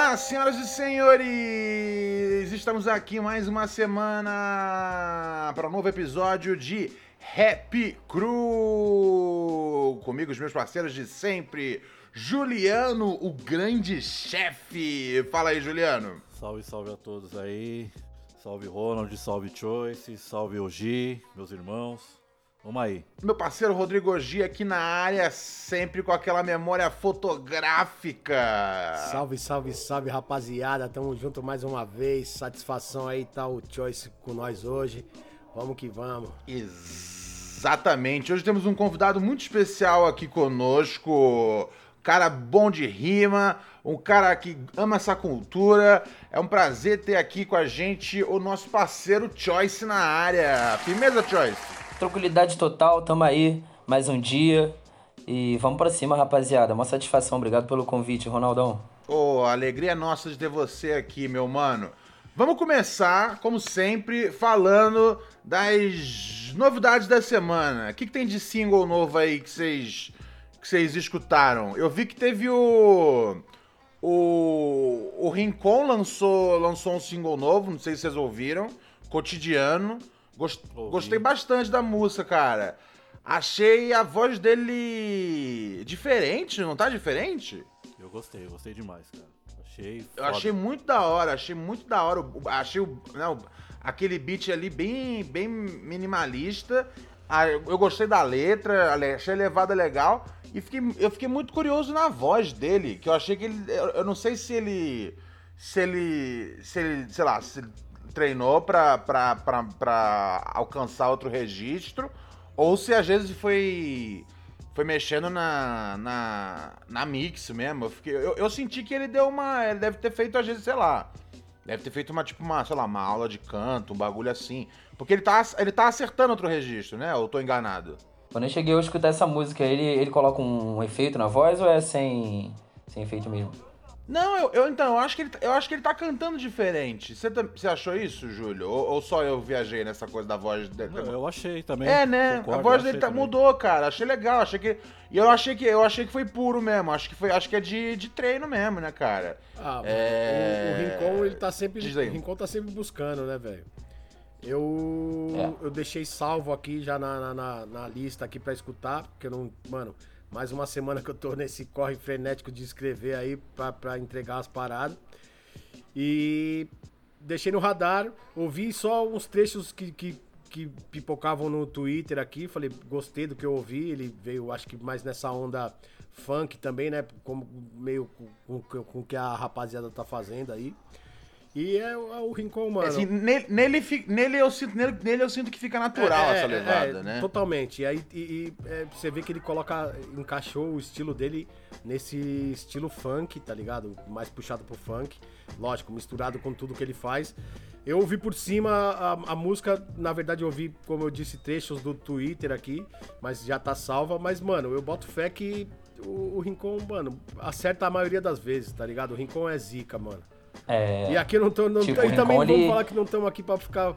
Olá, senhoras e senhores! Estamos aqui mais uma semana para um novo episódio de Rap Cru. Comigo, os meus parceiros de sempre, Juliano, o grande chefe. Fala aí, Juliano. Salve, salve a todos aí. Salve Ronald, salve Choice, salve OG, meus irmãos. Vamos aí. Meu parceiro Rodrigo Ogi aqui na área, sempre com aquela memória fotográfica. Salve, salve, salve, rapaziada. Tamo junto mais uma vez. Satisfação aí tá o Choice com nós hoje. Vamos que vamos. Exatamente. Hoje temos um convidado muito especial aqui conosco. Cara bom de rima, um cara que ama essa cultura. É um prazer ter aqui com a gente o nosso parceiro Choice na área. Firmeza, Choice? Tranquilidade total, tamo aí, mais um dia e vamos pra cima, rapaziada. Uma satisfação, obrigado pelo convite, Ronaldão. A alegria é nossa de ter você aqui, meu mano. Vamos começar, como sempre, falando das novidades da semana. O que tem de single novo aí que vocês escutaram? Eu vi que teve o Rincon lançou um single novo, não sei se vocês ouviram, Cotidiano. Gostei bastante da música, cara. Achei a voz dele diferente, não tá diferente? Eu gostei demais, cara. Eu achei muito da hora, Achei aquele beat ali bem minimalista. Eu gostei da letra, achei a levada legal. E eu fiquei muito curioso na voz dele, que eu achei que ele... Eu não sei se ele sei lá, se ele treinou pra alcançar outro registro, ou se às vezes foi mexendo na mix mesmo. Eu senti que ele deve ter feito, às vezes, sei lá, deve ter feito uma aula de canto, um bagulho assim, porque ele tá acertando outro registro, né? Ou eu tô enganado? Quando eu cheguei a escutar essa música, ele coloca um efeito na voz ou é sem efeito mesmo? Não, eu acho que ele tá cantando diferente. Você achou isso, Júlio? Ou só eu viajei nessa coisa da voz dele? Não, eu achei também. É, né? Concordo, a voz dele mudou, cara. Achei legal. Eu achei que foi puro mesmo. Acho que é de treino mesmo, né, cara? O Rincon, ele tá sempre. O Rincon tá sempre buscando, né, velho? Eu deixei salvo aqui já na lista aqui pra escutar, porque eu não. Mano. Mais uma semana que eu tô nesse corre frenético de escrever aí pra entregar as paradas. E deixei no radar, ouvi só uns trechos que pipocavam no Twitter aqui. Falei, gostei do que eu ouvi. Ele veio, acho que mais nessa onda funk também, né? Como meio com o que a rapaziada tá fazendo aí. E é o Rincon, mano. Assim, nele eu sinto que fica natural essa levada, né? Totalmente. E aí você vê que ele encaixou o estilo dele nesse estilo funk, tá ligado? Mais puxado pro funk. Lógico, misturado com tudo que ele faz. Eu ouvi por cima a música, na verdade eu ouvi, como eu disse, trechos do Twitter aqui, mas já tá salva. Mas, mano, eu boto fé que o Rincon, mano, acerta a maioria das vezes, tá ligado? O Rincon é zica, mano. E aqui eu não tô. E também não vamos falar que não estamos aqui pra ficar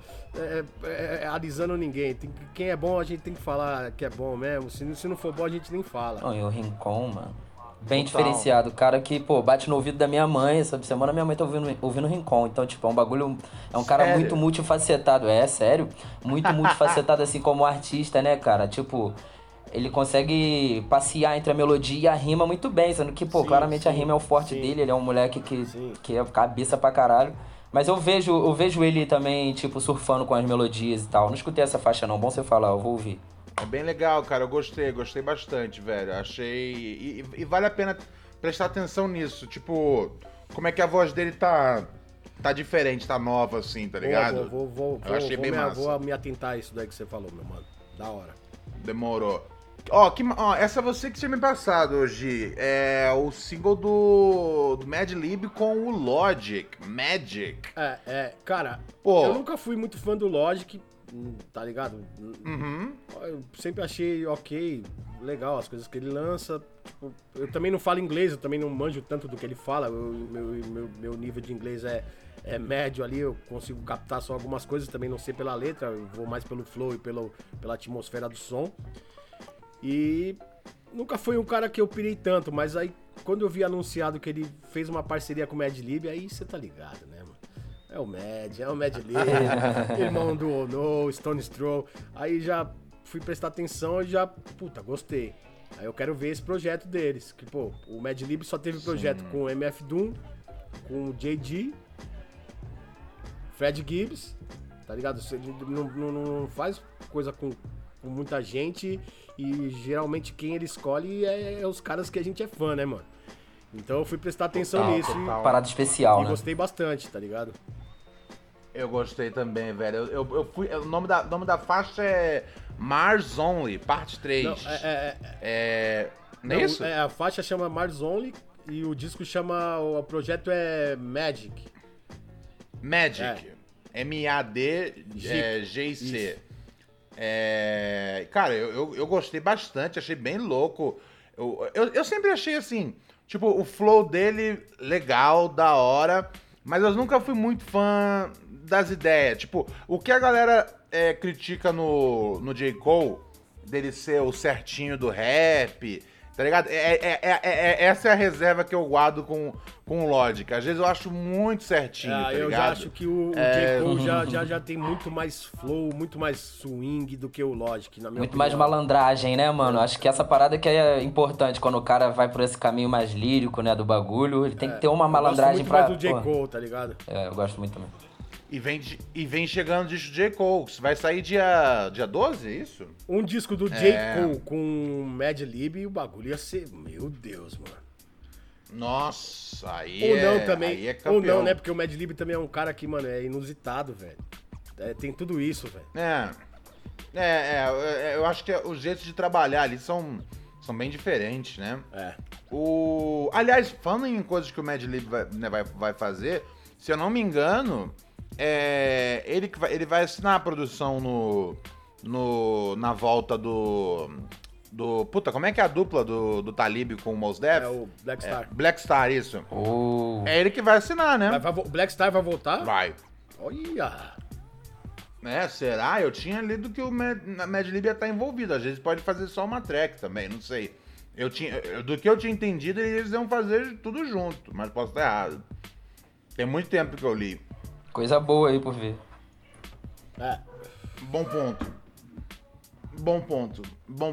alisando ninguém. Quem é bom, a gente tem que falar que é bom mesmo. Se não for bom, a gente nem fala. Não, e o Rincon, mano, bem diferenciado. O cara que, bate no ouvido da minha mãe. Essa semana minha mãe tá ouvindo Rincon. Então, é um bagulho. É um cara muito multifacetado. É, sério. Muito multifacetado, assim, como artista, né, cara? Ele consegue passear entre a melodia e a rima muito bem, sendo que, claramente a rima é o forte dele, ele é um moleque que é cabeça pra caralho. Mas eu vejo ele também, surfando com as melodias e tal. Não escutei essa faixa não, bom você falar, eu vou ouvir. É bem legal, cara, eu gostei bastante, velho. Achei... E vale a pena prestar atenção nisso, como é que a voz dele tá diferente, tá nova, assim, tá ligado? Eu achei bem massa. Vou me atentar a isso daí que você falou, meu mano. Da hora. Demorou. Essa é você que tinha me passado hoje. É o single do Madlib com o Logic. Magic. Cara, eu nunca fui muito fã do Logic, tá ligado? Uhum. Eu sempre achei ok, legal as coisas que ele lança. Eu também não falo inglês, eu também não manjo tanto do que ele fala. Meu nível de inglês é médio ali, eu consigo captar só algumas coisas, também não sei pela letra, eu vou mais pelo flow e pela atmosfera do som. E nunca foi um cara que eu pirei tanto, mas aí quando eu vi anunciado que ele fez uma parceria com o Mad Lib, aí você tá ligado, né, mano? É o Mad Lib, irmão do Ono, Stone Throw. Aí já fui prestar atenção e já, puta, gostei. Aí eu quero ver esse projeto deles. Que, pô, o Mad Lib só teve projeto com o MF Doom, com o JG, Fred Gibbs, tá ligado? Você não faz coisa com muita gente e geralmente quem ele escolhe é os caras que a gente é fã, né, mano? Então eu fui prestar atenção nisso Parada especial, e né? gostei bastante, tá ligado? Eu gostei também, velho. Eu fui. O nome da faixa é Mars Only, parte 3. Não, não é isso? A faixa chama Mars Only e o disco chama. O projeto é Magic. Magic. MADGIC. Cara, eu gostei bastante, achei bem louco. Eu sempre achei assim, tipo, o flow dele legal, da hora, mas eu nunca fui muito fã das ideias. Tipo, o que a galera critica no J. Cole, dele ser o certinho do rap, tá ligado? Essa é a reserva que eu guardo com o Logic. Às vezes eu acho muito certinho, tá eu ligado? já acho que o J. Cole já tem muito mais flow, muito mais swing do que o Logic, na minha Muito opinião. mais malandragem, né, mano? Acho que essa parada que é importante quando o cara vai por esse caminho mais lírico, né, do bagulho. Ele tem que ter uma malandragem pra... Eu gosto muito mais do J. Cole, tá ligado? Eu gosto muito também. E vem chegando o disco do J. Cole. Vai sair dia 12, é isso? Um disco do J. Cole com Mad Lib e o bagulho ia ser... Meu Deus, mano. Nossa, aí Ou não também. Aí é campeão. Ou não, né? Porque o Mad Lib também é um cara que, mano, é inusitado, velho. Tem tudo isso, velho. Eu acho que os jeitos de trabalhar ali são bem diferentes, né? Aliás, falando em coisas que o Mad Lib vai fazer, se eu não me engano, ele vai assinar a produção na volta do... Puta, como é que é a dupla do Talib com o Mos Def? É o Black Star. Black Star, isso. É ele que vai assinar, né? O Black Star vai voltar? Vai. Olha! Será? Eu tinha lido que o Mad Lib ia estar envolvido. Às vezes pode fazer só uma track também, não sei. Do que eu tinha entendido, eles iam fazer tudo junto, mas posso estar errado. Tem muito tempo que eu li. Coisa boa aí por ver. Bom ponto.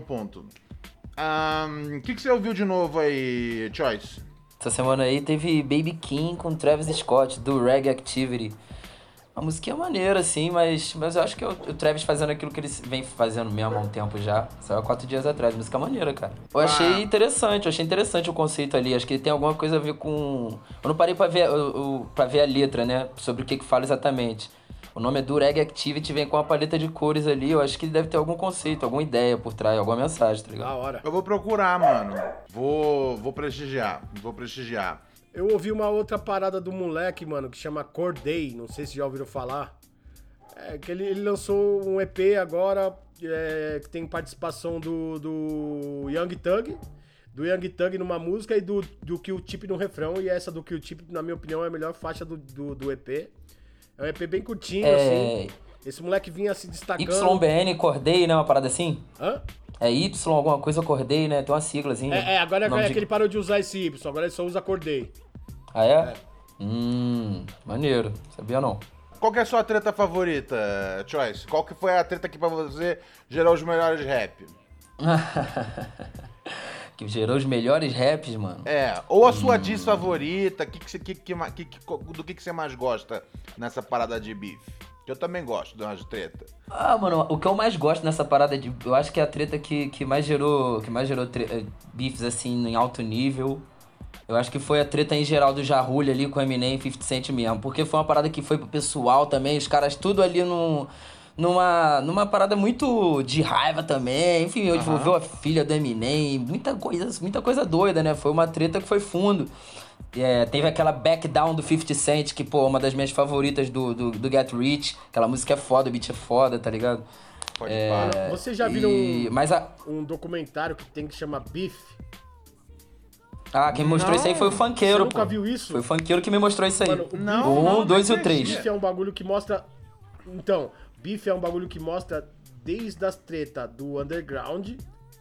O que você ouviu de novo aí, Choice? Essa semana aí teve Baby King com Travis Scott, do Reggae Activity. A música é maneira, assim, mas eu acho que o Travis fazendo aquilo que ele vem fazendo mesmo há um tempo já. Saiu há 4 dias atrás, música maneira, cara. Eu achei interessante o conceito ali. Acho que tem alguma coisa a ver com... Eu não parei pra ver a letra, né? Sobre o que fala exatamente. O nome é do Reggae Activity, vem com uma paleta de cores ali. Eu acho que deve ter algum conceito, alguma ideia por trás, alguma mensagem, tá ligado? Da hora. Eu vou procurar, mano. Vou prestigiar. Eu ouvi uma outra parada do moleque, mano, que chama Corday, não sei se já ouviram falar. Que ele lançou um EP agora, que tem participação do Young Thug. Do Young Thug numa música e do Q-Tip no refrão. E essa do Q-Tip, na minha opinião, é a melhor faixa do EP. É um EP bem curtinho, assim. Esse moleque vinha se destacando. YBN Corday, né? Uma parada assim? Hã? É Y, alguma coisa Corday, né? Tem uma siglazinha. Agora que ele parou de usar esse Y, agora ele só usa Corday. Ah, é? Maneiro. Sabia não. Qual que é a sua treta favorita, Choice? Qual que foi a treta que pra você gerou os melhores rap? Que gerou os melhores raps, mano. Ou a sua diss favorita, do que você mais gosta nessa parada de beef? Que eu também gosto de umas treta. Mano, o que eu mais gosto nessa parada de... Eu acho que é a treta que mais gerou beefs, assim, em alto nível. Eu acho que foi a treta em geral do Ja Rule ali com o Eminem e 50 Cent mesmo. Porque foi uma parada que foi pro pessoal também, os caras tudo ali numa parada muito de raiva também. Enfim, envolveu a filha do Eminem, muita coisa doida, né? Foi uma treta que foi fundo. Teve aquela Back Down do 50 Cent, que, pô, uma das minhas favoritas do Get Rich. Aquela música é foda, o beat é foda, tá ligado? Pode falar. Você já viu um documentário que tem que chama Beef? Quem me mostrou isso aí foi o funkeiro, Você nunca viu isso? Foi o funkeiro que me mostrou isso aí. Mano, o 1, 2 e o 3. Beef é um bagulho que mostra... Então, Beef é um bagulho que mostra desde as tretas do underground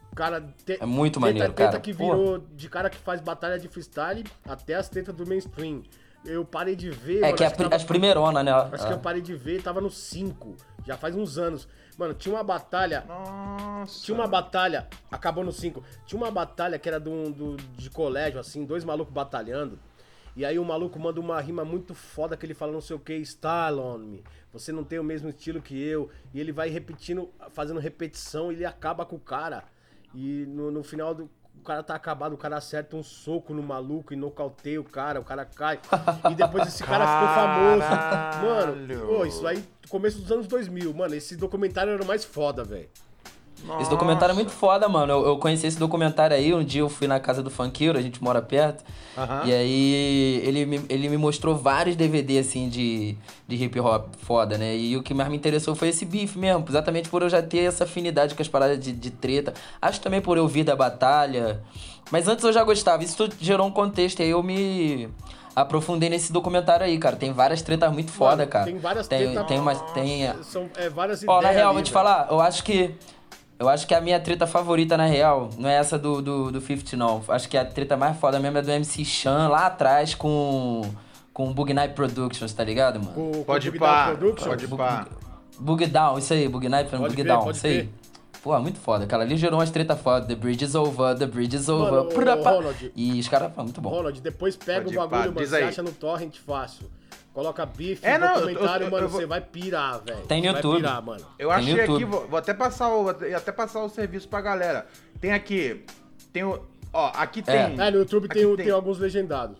Cara, É muito maneiro, treta cara. que Pô. virou de cara que faz batalha de freestyle até as tretas do mainstream. Eu parei de ver... É mano, que acho tava- as primeironas, né? Acho que eu parei de ver, tava no 5. Já faz uns anos. Mano, tinha uma batalha... Nossa. Tinha uma batalha... Acabou no 5. Tinha uma batalha que era de colégio, assim, 2 malucos batalhando. E aí o maluco manda uma rima muito foda que ele fala não sei o que, style on me. Você não tem o mesmo estilo que eu. E ele vai repetindo, fazendo repetição e ele acaba com o cara. E no final o cara tá acabado, o cara acerta um soco no maluco e nocauteia o cara cai. E depois esse cara ficou famoso. Mano, pô, isso aí, começo dos anos 2000. Mano, esse documentário era o mais foda, velho. Esse documentário é muito foda, mano. Eu conheci esse documentário aí, um dia eu fui na casa do funkeiro, a gente mora perto. E aí ele me mostrou vários DVD, assim, de hip hop foda, né? E o que mais me interessou foi esse beef mesmo, exatamente por eu já ter essa afinidade com as paradas de treta. Acho também por eu vir da batalha. Mas antes eu já gostava, isso tudo gerou um contexto, e aí eu me aprofundei nesse documentário aí, cara. Tem várias tretas muito foda, Mano, cara. tem várias tretas. tretas. São várias Ó, ideias. na real, ali, vou te velho. falar, eu acho que a minha treta favorita, na real, não é essa do 50, não. Acho que a treta mais foda mesmo é do MC Chan, lá atrás, com o Bug Night Productions, tá ligado, mano? Com Pode Big pá, Down Productions. pode pá. Bug Down, isso aí, Bug Night Pode Bug crer, Down, pode isso aí. crer. Pô, muito foda. Aquela ali gerou umas treta foda. The bridge is over, the bridge is over. Mano, Purapá. Ronald. E os caras falam, muito bom. Ronald, depois pega Pode o ir, bagulho, pá, mano, diz você aí. acha no torrent fácil. Coloca bife, É, não, documentário, eu mano, vou- você vai pirar, velho. Tem no Você YouTube. Vai pirar, mano. Eu Tem achei no aqui, YouTube. vou até passar o serviço pra galera. Tem aqui, tem o... Ó, aqui tem... É, no YouTube aqui tem alguns legendados.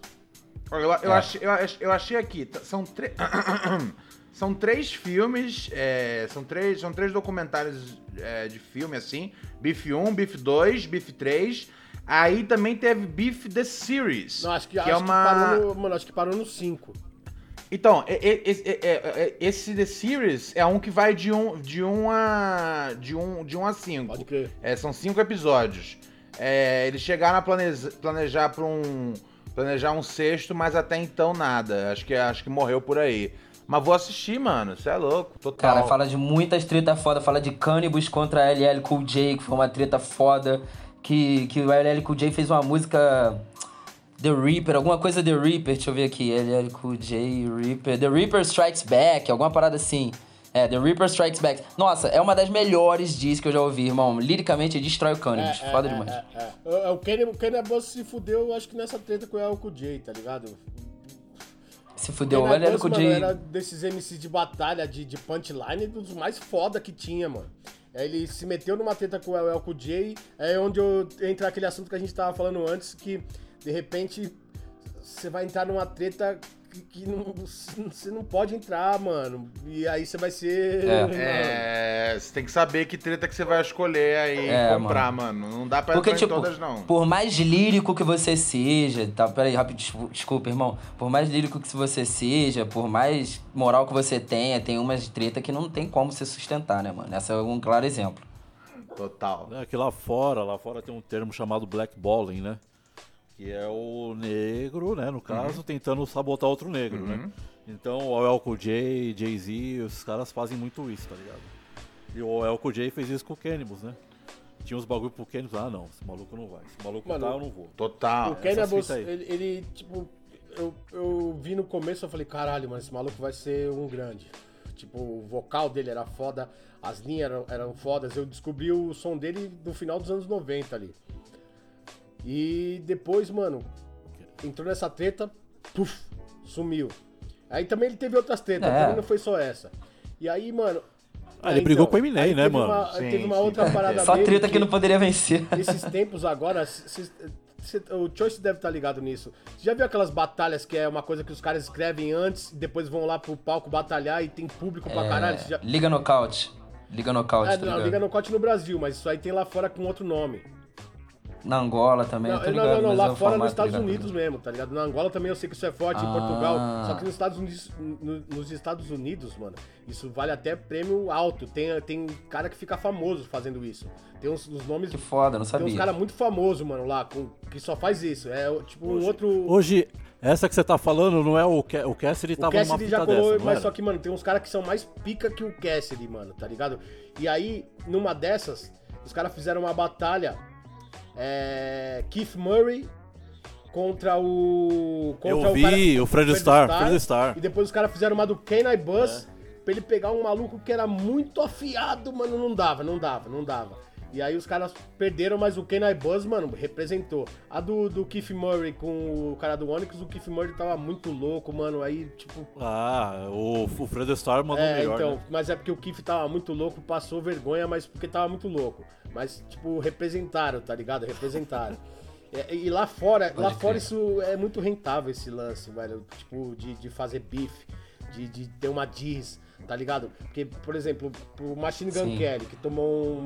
Eu achei aqui, são três filmes, são três documentários de filme, assim. Beef 1, Beef 2, Beef 3. Aí também teve Beef The Series. Não, acho que é uma... acho que parou no 5. Então, esse The Series é um que vai de 1 a 5. Pode crer. São 5 episódios. Eles chegaram a planejar um sexto, mas até então nada. Acho que morreu por aí. Mas vou assistir, mano. Você é louco, total. Cara, fala de muitas tretas foda. Fala de Cannibals contra a LL Cool J, que foi uma treta foda. Que o LL Cool J fez uma música... The Reaper, alguma coisa The Reaper, deixa eu ver aqui. LL Cool J, Reaper. The Reaper Strikes Back, alguma parada assim. The Reaper Strikes Back. Nossa, é uma das melhores discos que eu já ouvi, irmão. Liricamente, destrói o Cannibals. Foda demais. O Cannibal se fudeu, acho que nessa treta com o El Cool J, tá ligado? Se fudeu, o Cannibal, LL Cool mano, J... era desses MCs de batalha, de punchline, dos mais foda que tinha, mano. Aí ele se meteu numa treta com o El Cool J, é onde entra aquele assunto que a gente tava falando antes, que de repente você vai entrar numa treta que você não pode entrar, mano. E aí você vai ser... Você tem que saber que treta que você vai escolher aí comprar, mano. Não dá pra Porque, entrar tipo, em todas, não. por mais lírico que você seja... Tá, peraí, rápido, desculpa, irmão. Por mais lírico que você seja, por mais moral que você tenha, tem umas treta que não tem como você sustentar, né, mano? Essa é um claro exemplo. Total. É que lá fora tem um termo chamado blackballing, né? Que é o negro, né, no caso, tentando sabotar outro negro, né? Então o El Cool J, Jay-Z, os caras fazem muito isso, tá ligado? E o El Cool J fez isso com o Cannibals, né? Tinha uns bagulho pro Cannibals, não, esse maluco não vai, esse maluco Mano, tá, eu não vou. Total. O Cannibal, fita aí. ele, tipo, eu vi no começo, eu falei, caralho, mano, esse maluco vai ser um grande. Tipo, o vocal dele era foda, as linhas eram fodas, eu descobri o som dele no final dos anos 90 ali. E depois, mano, entrou nessa treta, puf, sumiu. Aí também ele teve outras tretas, também não foi só essa. E aí, mano... Ele brigou com o Eminem, aí né, teve mano? Teve uma outra parada Só dele treta que não poderia vencer. Esses tempos agora, o Choice deve estar ligado nisso. Você já viu aquelas batalhas que é uma coisa que os caras escrevem antes e depois vão lá pro palco batalhar e tem público pra caralho? Você já... Liga Nocaute. Liga Nocaute, tá não, ligado? Liga Nocaute no Brasil, mas isso aí tem lá fora com outro nome. Na Angola também, eu tô ligado. Não, mas lá é o fora formato, nos Estados tá ligado? Unidos mesmo, tá ligado? Na Angola também eu sei que isso é forte, em Portugal. Só que nos Estados Unidos, nos Estados Unidos, mano, isso vale até prêmio alto. Tem cara que fica famoso fazendo isso. Tem uns nomes... Que foda, não Tem sabia. uns caras muito famosos, mano, lá, que só faz isso. É tipo um outro... Hoje, essa que você tá falando não é o Cassidy, O tava numa Cassidy fita já colou, dessa, não mas era? só que, mano, tem uns caras que são mais pica que o Cassidy, mano, tá ligado? E aí, numa dessas, os caras fizeram uma batalha Keith Murray contra o Fred Starr. E depois os caras fizeram uma do Kenny Buzz pra ele pegar um maluco que era muito afiado, mano, não dava. E aí os caras perderam, mas o Kenny Buzz, mano, representou. A do Keith Murray com o cara do Onyx, o Keith Murray tava muito louco, mano, aí, tipo... o Fred Starr mandou melhor, então, né? Mas é porque o Keith tava muito louco, passou vergonha, mas porque tava muito louco. Mas, tipo, representaram, tá ligado? Representaram. E lá fora isso é muito rentável, esse lance, velho. Tipo, de fazer bife, de ter uma diss, tá ligado? Porque, por exemplo, o Machine Gun Kelly, que tomou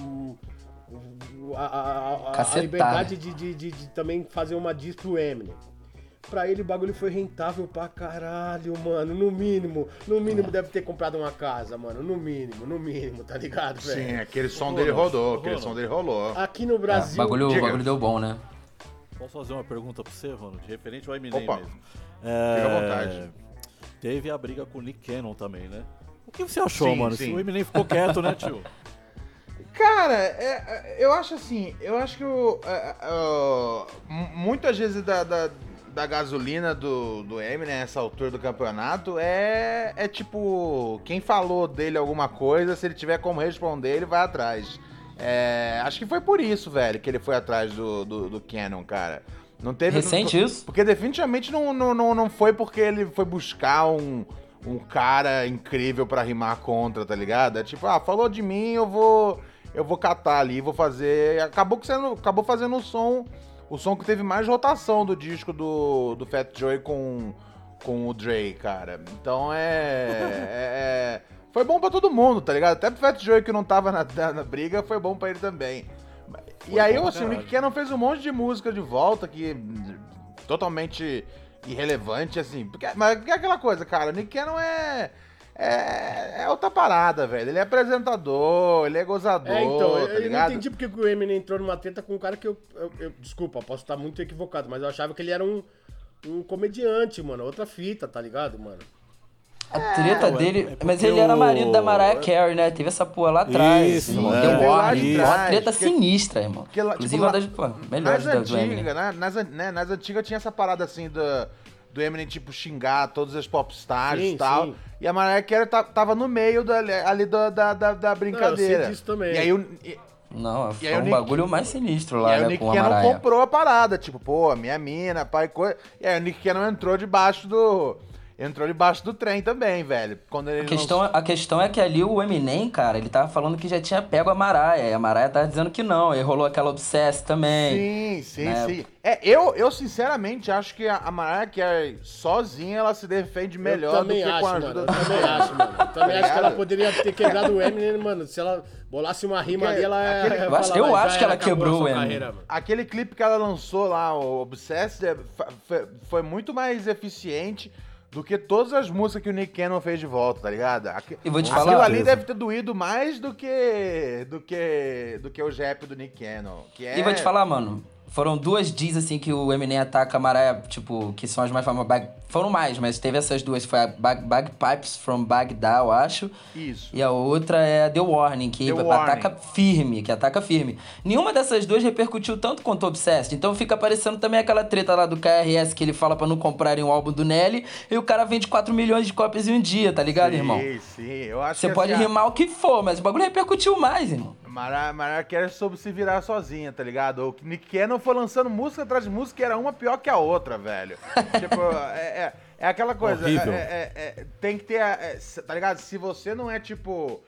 a liberdade de também fazer uma diss pro Eminem. Pra ele o bagulho foi rentável pra caralho, mano. No mínimo deve ter comprado uma casa, mano. No mínimo, tá ligado, velho? Sim, aquele som dele rolou. Aqui no Brasil... O bagulho deu bom, né? Posso fazer uma pergunta pra você, Ronald? Referente ao Eminem Opa. mesmo. Fica à vontade. Teve a briga com o Nick Cannon também, né? O que você achou, Sim, mano? sim. O Eminem ficou quieto, né, tio? Cara, eu acho que muitas vezes da gasolina do Eminem nessa altura do campeonato é tipo, quem falou dele alguma coisa, se ele tiver como responder, ele vai atrás. Acho que foi por isso, velho, que ele foi atrás do Cannon, cara. Não teve... Recente isso? Porque definitivamente não foi porque ele foi buscar um cara incrível pra rimar contra, tá ligado? É tipo, falou de mim, eu vou catar ali, vou fazer... Acabou fazendo o som que teve mais rotação do disco do Fat Joe com o Dre, cara. Então foi bom pra todo mundo, tá ligado? Até pro Fat Joe que não tava na briga, foi bom pra ele também. E aí, assim, o Nick Cannon fez um monte de música de volta que totalmente irrelevante, assim. Mas é aquela coisa, cara, o Nick Cannon é outra parada, velho. Ele é apresentador, ele é gozador, tá ligado? Eu não entendi porque o Eminem entrou numa treta com um cara que eu desculpa, posso estar muito equivocado, mas eu achava que ele era um comediante, mano. Outra fita, tá ligado, mano? A treta dele... Mas ele era marido da Mariah Carey, né? Teve essa porra lá atrás. Isso, irmão. é. Deu Verdade, uma treta sinistra, irmão. Inclusive uma das melhores nas do Eminem. antigas, nas antigas tinha essa parada assim do Eminem, tipo, xingar todos os popstars e tal. Sim. E a Mariah Carey tava no meio ali da brincadeira. Eu sei disso também. E aí Não, foi aí o um Nick- bagulho mais sinistro E lá, aí o né, Nick com a Cannon Mariah. comprou a parada, tipo, pô, minha mina, pai, coisa. E aí o Nick Cannon entrou debaixo do trem também, velho. Quando ele A questão é que ali o Eminem, cara, ele tava falando que já tinha pego a Mariah. E a Mariah tava dizendo que não. Aí rolou aquela Obsessed também. Sim. né? Eu sinceramente acho que a Mariah Carey sozinha ela se defende melhor do que com a ajuda Eu também acho, mano. Eu também acho que ela poderia ter quebrado o Eminem, mano. Se ela bolasse uma rima ali, ela Eu acho que ela quebrou o Eminem. carreira, mano. Aquele clipe que ela lançou lá, o Obsessed, foi muito mais eficiente do que todas as músicas que o Nick Cannon fez de volta, tá ligado? E vou te Aquilo falar, ali deve ter doído mais do que o rap do Nick Cannon. E vou te falar, mano. Foram duas diz assim que o Eminem ataca a Mariah, tipo, que são as mais famosas. Foram mais, mas teve essas duas. Foi a Bagpipes from Baghdad, eu acho. Isso. E a outra é a The Warning, que The ataca firme. Nenhuma dessas duas repercutiu tanto quanto o Obsessed. Então fica parecendo também aquela treta lá do KRS que ele fala pra não comprarem o álbum do Nelly e o cara vende 4 milhões de cópias em um dia, tá ligado, irmão? Sim, eu acho Você que pode assim, rimar o que for, mas o bagulho repercutiu mais, irmão. Mariah Carey soube se virar sozinha, tá ligado? O Nick Cannon foi lançando música atrás de música e era uma pior que a outra, velho. Tipo, é aquela coisa. Horrível. Tem que ter, tá ligado? Se você não é, tipo,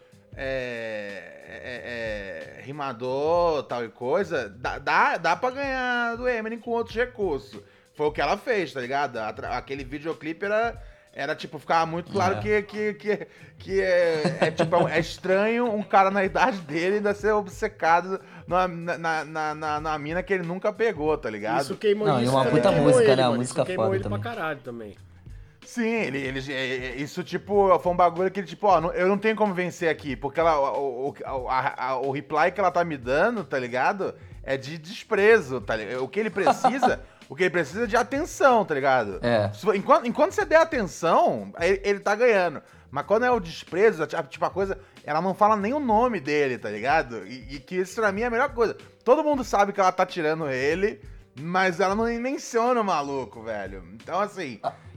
rimador, tal e coisa, dá pra ganhar do Eminem com outros recursos. Foi o que ela fez, tá ligado? Aquele videoclipe era tipo, ficava muito claro que é estranho um cara na idade dele ainda ser obcecado na mina que ele nunca pegou, tá ligado? Isso queimou Não, e isso uma também puta queimou música, ele, né? Uma mano. música Isso queimou foda ele também. pra caralho também. Sim, isso, tipo, foi um bagulho que ele, tipo, eu não tenho como vencer aqui, porque o reply que ela tá me dando, tá ligado? É de desprezo, tá ligado? O que ele precisa é de atenção, tá ligado? Enquanto você der atenção, ele tá ganhando. Mas quando é o desprezo, tipo, a coisa ela não fala nem o nome dele, tá ligado? E que isso pra mim é a melhor coisa. Todo mundo sabe que ela tá tirando ele, mas ela não menciona o maluco, velho. Então, assim.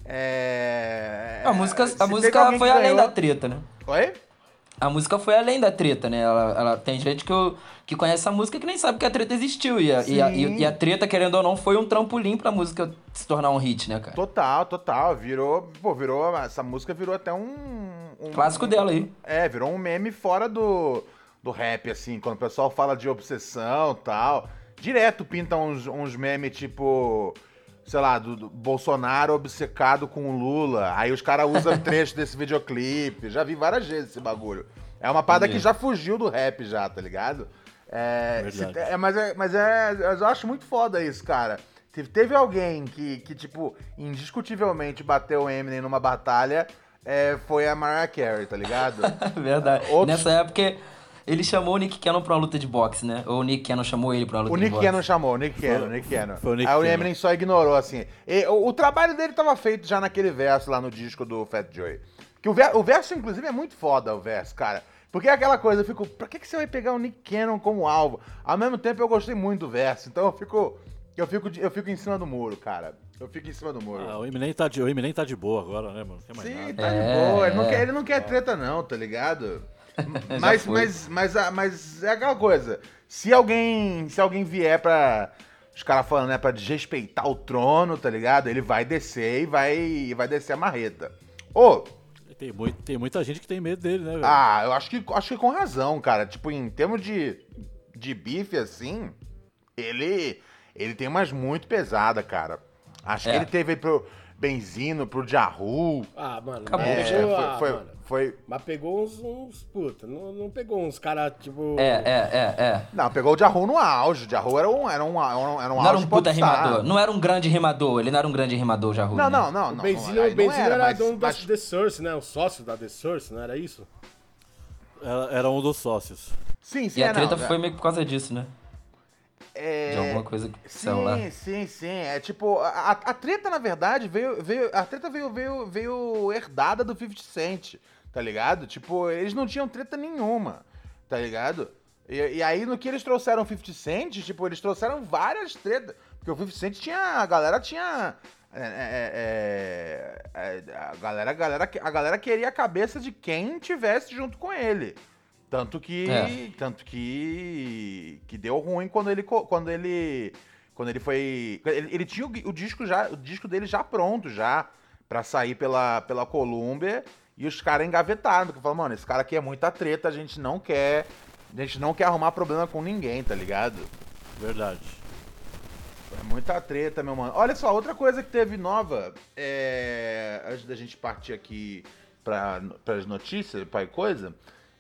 A música foi além da treta, né? Oi? A música foi além da treta, né? Ela tem gente que conhece a música que nem sabe que a treta existiu. E a treta, querendo ou não, foi um trampolim pra música se tornar um hit, né, cara? Total. Virou. Essa música virou até um clássico dela aí. Virou um meme fora do rap, assim, quando o pessoal fala de obsessão e tal. Direto pintam uns memes tipo. Sei lá, do Bolsonaro obcecado com o Lula. Aí os caras usam trecho desse videoclipe. Já vi várias vezes esse bagulho. É uma parada que já fugiu do rap já, tá ligado? Mas eu acho muito foda isso, cara. Teve alguém que, tipo, indiscutivelmente bateu o Eminem numa batalha, foi a Mariah Carey, tá ligado? Verdade. Nessa época... Ele chamou o Nick Cannon pra uma luta de boxe, né? Ou o Nick Cannon chamou ele pra uma luta de boxe? O Nick Cannon chamou, o Nick Cannon. Foi o Nick Aí Cannon. o Eminem só ignorou, assim. O trabalho dele tava feito já naquele verso lá no disco do Fat Joe. Que o verso, inclusive, é muito foda, o verso, cara. Porque é aquela coisa, eu fico, pra que você vai pegar o Nick Cannon como alvo? Ao mesmo tempo, eu gostei muito do verso, então eu fico em cima do muro, cara. Eu fico em cima do muro. O Eminem tá de boa agora, né, mano? Não quer mais Sim, nada. tá de boa. Ele não quer treta, não, tá ligado? Mas é aquela coisa. Se alguém vier pra. Os caras falando, né, pra desrespeitar o trono, tá ligado? Ele vai descer e vai descer a marreta. Tem muita gente que tem medo dele, né, velho? Eu acho que com razão, cara. Tipo, em termos de bife, assim, ele tem umas muito pesada, cara. Acho que ele teve aí pro Benzino, pro Jahu. Mano. Acabou. Foi. Mas pegou uns puta. Não pegou uns caras, tipo. Não, pegou o Jahu no auge. O Jahu era um Não era um auge puta popstar. rimador. Não era um grande rimador. Ele não era um grande rimador, já Jahu. Não. O Benzino era dono da The Source, né? O sócio da The Source, não era isso? Era um dos sócios. Sim, E a treta foi meio que por causa disso, né? De alguma coisa celular. Sim. É tipo, a treta, na verdade, veio herdada do 50 Cent, tá ligado? Tipo, eles não tinham treta nenhuma, tá ligado? E aí, no que eles trouxeram o 50 Cent, tipo, eles trouxeram várias tretas. Porque o 50 Cent a galera tinha... A galera queria a cabeça de quem tivesse junto com ele. Tanto que deu ruim quando ele foi... Ele tinha o disco dele já pronto, já, pra sair pela Columbia, e os caras engavetaram, porque falaram, mano, esse cara aqui é muita treta, a gente não quer arrumar problema com ninguém, tá ligado? Verdade. É muita treta, meu mano. Olha só, outra coisa que teve nova, antes da gente partir aqui pras notícias, pra coisa...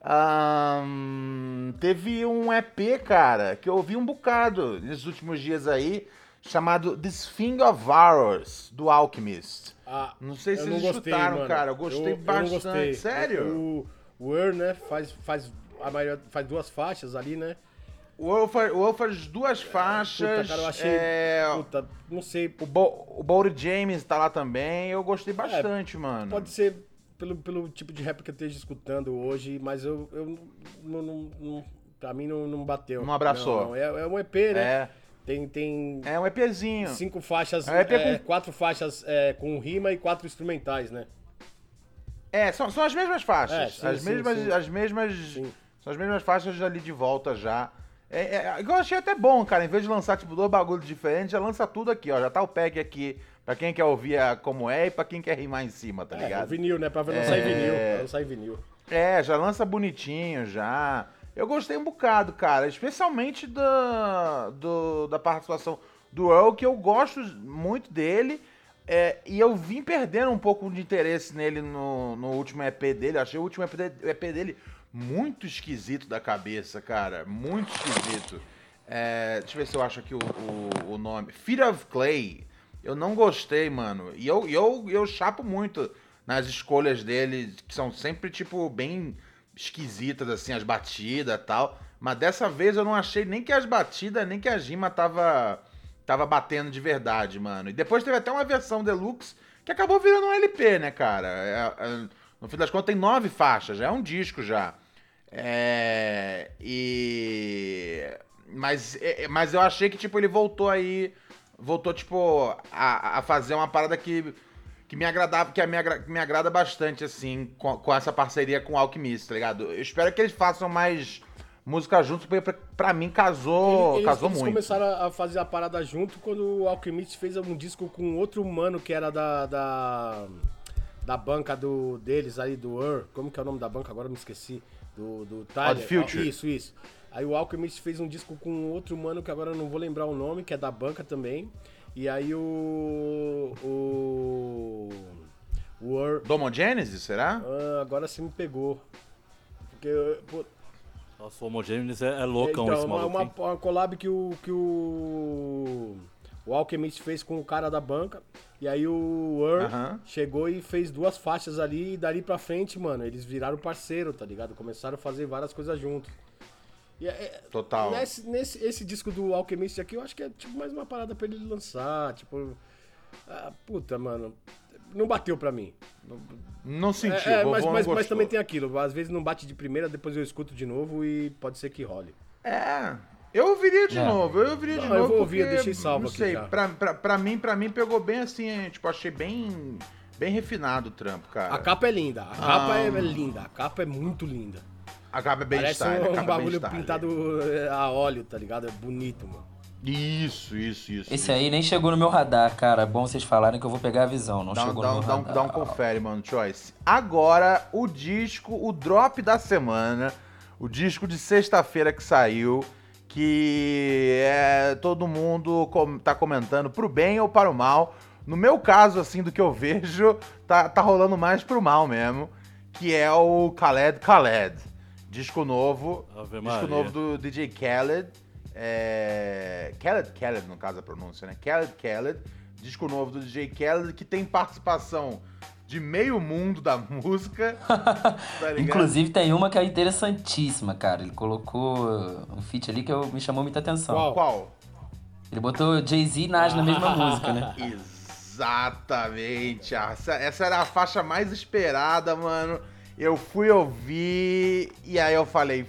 teve um EP, cara, que eu ouvi um bocado nesses últimos dias aí, chamado This Thing of Ours, do Alchemist. Não sei se vocês escutaram, mano. Cara. Eu gostei bastante. Não gostei. Sério? O Earl, né, faz duas faixas ali, né? O Earl faz duas faixas. Puta, cara, eu achei... não sei. O Boldy James tá lá também. Eu gostei bastante, mano. Pode ser... Pelo tipo de rap que eu esteja escutando hoje, mas eu não pra mim não bateu. Não abraçou. Não. É um EP, né? Tem É um EPzinho. 5 faixas, 4 faixas com rima e 4 instrumentais, né? São as mesmas faixas. Sim. São as mesmas faixas ali de volta já. Eu achei até bom, cara. Em vez de lançar, tipo, 2 bagulhos diferentes, já lança tudo aqui, ó. Já tá o pack aqui pra quem quer ouvir como e pra quem quer rimar em cima, tá ligado? O vinil, né? Pra lançar em vinil. Já lança bonitinho, já. Eu gostei um bocado, cara. Especialmente da participação do Earl, que eu gosto muito dele. E eu vim perdendo um pouco de interesse nele no último EP dele. Eu achei o último EP dele muito esquisito da cabeça, cara. Muito esquisito. Deixa eu ver se eu acho aqui o nome. Feet of Clay. Eu não gostei, mano. E eu chapo muito nas escolhas dele, que são sempre, tipo, bem esquisitas, assim, as batidas e tal. Mas dessa vez eu não achei nem que as batidas, nem que a rima tava batendo de verdade, mano. E depois teve até uma versão deluxe que acabou virando um LP, né, cara? No fim das contas tem 9 faixas, já é um disco já. Mas eu achei que, tipo, ele voltou, tipo, a fazer uma parada que me agradava, me agrada bastante, assim, com essa parceria com o Alchemist, tá ligado? Eu espero que eles façam mais música juntos, porque pra mim casou Eles muito. começaram a fazer a parada junto quando o Alchemist fez um disco com outro mano que era da banca deles aí, do Ur. Como que é o nome da banca? Agora eu me esqueci. Do Tyler. Odd Future. Isso. Aí o Alchemist fez um disco com outro mano que agora eu não vou lembrar o nome, que é da banca também. E aí o Ur... Domogenesis, será? agora você me pegou. Porque... Nossa, o Homogenesis é loucão então, esse maluco, hein? uma collab que o Alchemist fez com o cara da banca. E aí o Ur chegou e fez 2 faixas ali. E dali pra frente, mano, eles viraram parceiro, tá ligado? Começaram a fazer várias coisas juntos. E Total. Esse disco do Alchemist aqui, eu acho que é tipo mais uma parada pra ele lançar. Tipo... puta, mano... Não bateu pra mim. Não senti, mas também tem aquilo. Às vezes não bate de primeira, depois eu escuto de novo e pode ser que role. Eu ouviria de novo. Eu vou ouvir, eu deixei salvo não sei, aqui já. Pra mim pegou bem assim, tipo, achei bem refinado o trampo, cara. A capa é linda, a capa é linda, a capa é muito linda. A capa é bem Parece style, um bagulho pintado a óleo, tá ligado? É bonito, mano. Isso. Esse aí nem chegou no meu radar, cara. É bom vocês falarem que eu vou pegar a visão. Não chegou no meu radar. Dá um confere, mano, Choice. Agora, o drop da semana, o disco de sexta-feira que saiu, que todo mundo tá comentando pro bem ou para o mal. No meu caso, assim, do que eu vejo, tá rolando mais pro mal mesmo, que é o Khaled. Disco novo. Ave Disco Maria. novo do DJ Khaled. Khaled, no caso a pronúncia, né? Khaled, disco novo do DJ Khaled, que tem participação de meio mundo da música. Tá ligado? Inclusive tem uma que é interessantíssima, cara. Ele colocou um feat ali que me chamou muita atenção. Qual? Ele botou Jay-Z e Nas na mesma música, né? Exatamente. Essa era a faixa mais esperada, mano. Eu fui ouvir e aí eu falei...